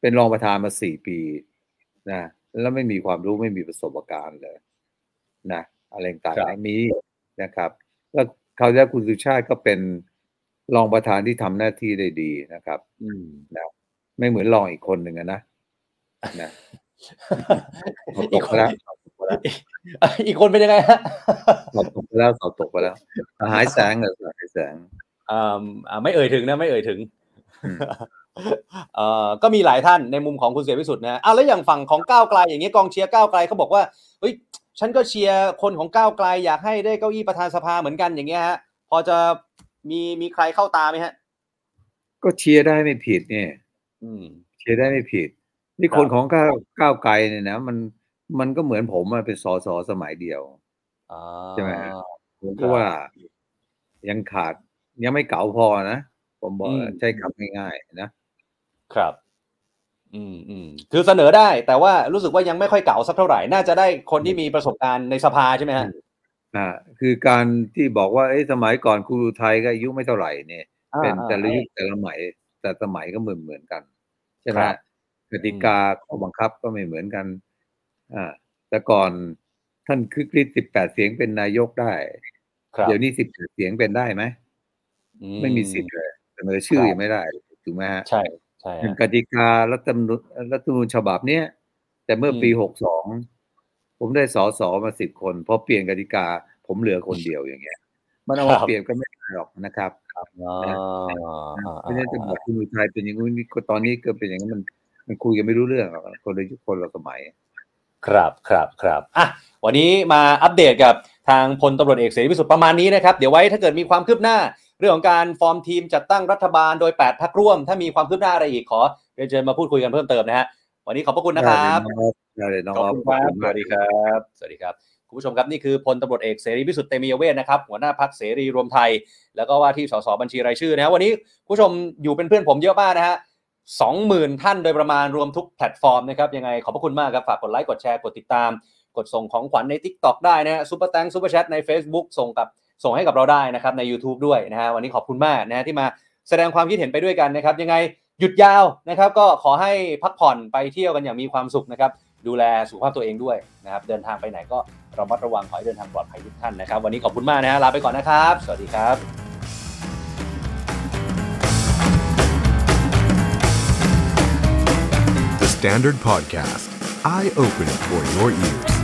เป็นรองประธานมาสี่ปีนะแล้วไม่มีความรู้ไม่มีประสบการณ์เลยนะอะไรต่างๆมีนะครับแล้วเขาแล้วคุณสุชาติก็เป็นรองประธานที่ทำหน้าที่ได้ดีนะครับนะไม่เหมือนรองอีกคนหนึ่งนะนะอีกคนแล้วอีกคนเป็นยังไงฮะสอบตกไปแล้วสอบตกไปแล้วหายแสงเลยหายแสงอ่าไม่เอ่ยถึงนะไม่เอ่ยถึงเอ่อก็มีหลายท่านในมุมของคุณเสรีพิสุทธิ์นะอ่ะแล้วอย่างฝั่งของก้าวไกลอย่างเงี้ยกองเชียร์ก้าวไกลเขาบอกว่าเฮ้ยฉันก็เชียร์คนของก้าวไกลอยากให้ได้เก้าอี้ประธานสภาเหมือนกันอย่างเงี้ยฮะพอจะมีมีใครเข้าตาไหมฮะก็เชียร์ได้ไม่ผิดเนี่ยเชียร์ได้ไม่ผิดนี่คนของก้าวก้าวไกลเนี่ยนะมันมันก็เหมือนผมมันเป็นสสสมัยเดียวใช่ไหมผมก็ว่ายังขาดยังไม่เก๋าพอนะผมบอกใช้คำง่ายๆนะครับอืมอืมคือเสนอได้แต่ว่ารู้สึกว่ายังไม่ค่อยเก๋าสักเท่าไหร่น่าจะได้คนที่มีประสบการณ์ในสภาใช่ไหมฮะอ่าคือการที่บอกว่าเอ้สมัยก่อนครูไทยก็อายุไม่เท่าไหร่เนี่ยเป็นแต่ละยุคแต่ละสมัยแต่สมัยก็เหมือนเหมือนกันใช่ไหมกติกาข้อบังคับก็ไม่เหมือนกันอ่าแต่ก่อนท่านคึกฤทธิ์สิบแปดเสียงเป็นนายกได้เดี๋ยวนี้สิบแปดเสียงเป็นได้ไหมไม่มีสิทธิ์เลยเสนอชื่อยังไม่ได้ถูกไหมฮะใช่ใช่กติการัฐธรรมนูญรัฐธรรมนูญฉบับเนี้ยแต่เมื่อปีหกสองผมได้สสมาสิบคนพอเปลี่ยนกติกาผมเหลือคนเดียวอย่างเงี้ยมันเอามาเปลี่ยนก็ไม่ได้หรอกนะครับเพราะฉะนั้นจะบอกคุณอุทัยเป็นอย่างนี้ตอนนี้ก็เป็นอย่างนั้นมันมันคุยกันไม่รู้เรื่องหรอกคนละยุคคนละสมัยครับครับครับอ่ะวันนี้มาอัปเดตกับทางพลตำรวจเอกเสรีพิสุทธิ์ประมาณนี้นะครับเดี๋ยวไว้ถ้าเกิดมีความคืบหน้าเรื่องของการฟอร์มทีมจัดตั้งรัฐบาลโดยแปดพรรคร่วมถ้ามีความคืบหน้าอะไรอีกขอเรียนเชิญมาพูดคุยกันเพิ่มเติมนะฮะวันนี้ขอบพระคุณนะครับขอบคุณครับสวัสดีครับสวัสดีครับคุณผู้ชมครับนี่คือพลตำรวจเอกเสรีพิสุทธิ์เตมียเวทนะครับหัวหน้าพรรคเสรีรวมไทยแล้วก็ว่าที่สสบัญชีรายชื่อนะฮะวันนี้คุณผู้ชมอยู่เป็นเพื่อนผมเยอะมากนะฮะสองหมื่นท่านโดยประมาณรวมทุกแพลตฟอร์มนะครับยังไงขอบพระคุณมากครับฝากกดไลค์กดแชร์กดติดตามกดส่งของขวัญใน TikTok ได้นะฮะซุปเปอร์แตงซุปเปอร์แชทใน Facebook ส่งกับส่งให้กับเราได้นะครับใน YouTube ด้วยนะฮะวันนี้ขอบคุณมากนะที่มาแสดงความคิดเห็นไปด้วยกันนะครับยังไงหยุดยาวนะครับก็ขอให้พักผ่อนไปเที่ยวกันอย่างมีความสุขนะครับดูแลสุขภาพตัวเองด้วยนะครับเดินทางไปไหนก็ระมัดระวังขอให้เดินทางปลอดภัยทุกท่านนะครับวันนี้ขอบคุณมากนะฮะลาไปก่อนนะครับสวัสดีครับ The Standard Podcast Eye Opening for Your Ears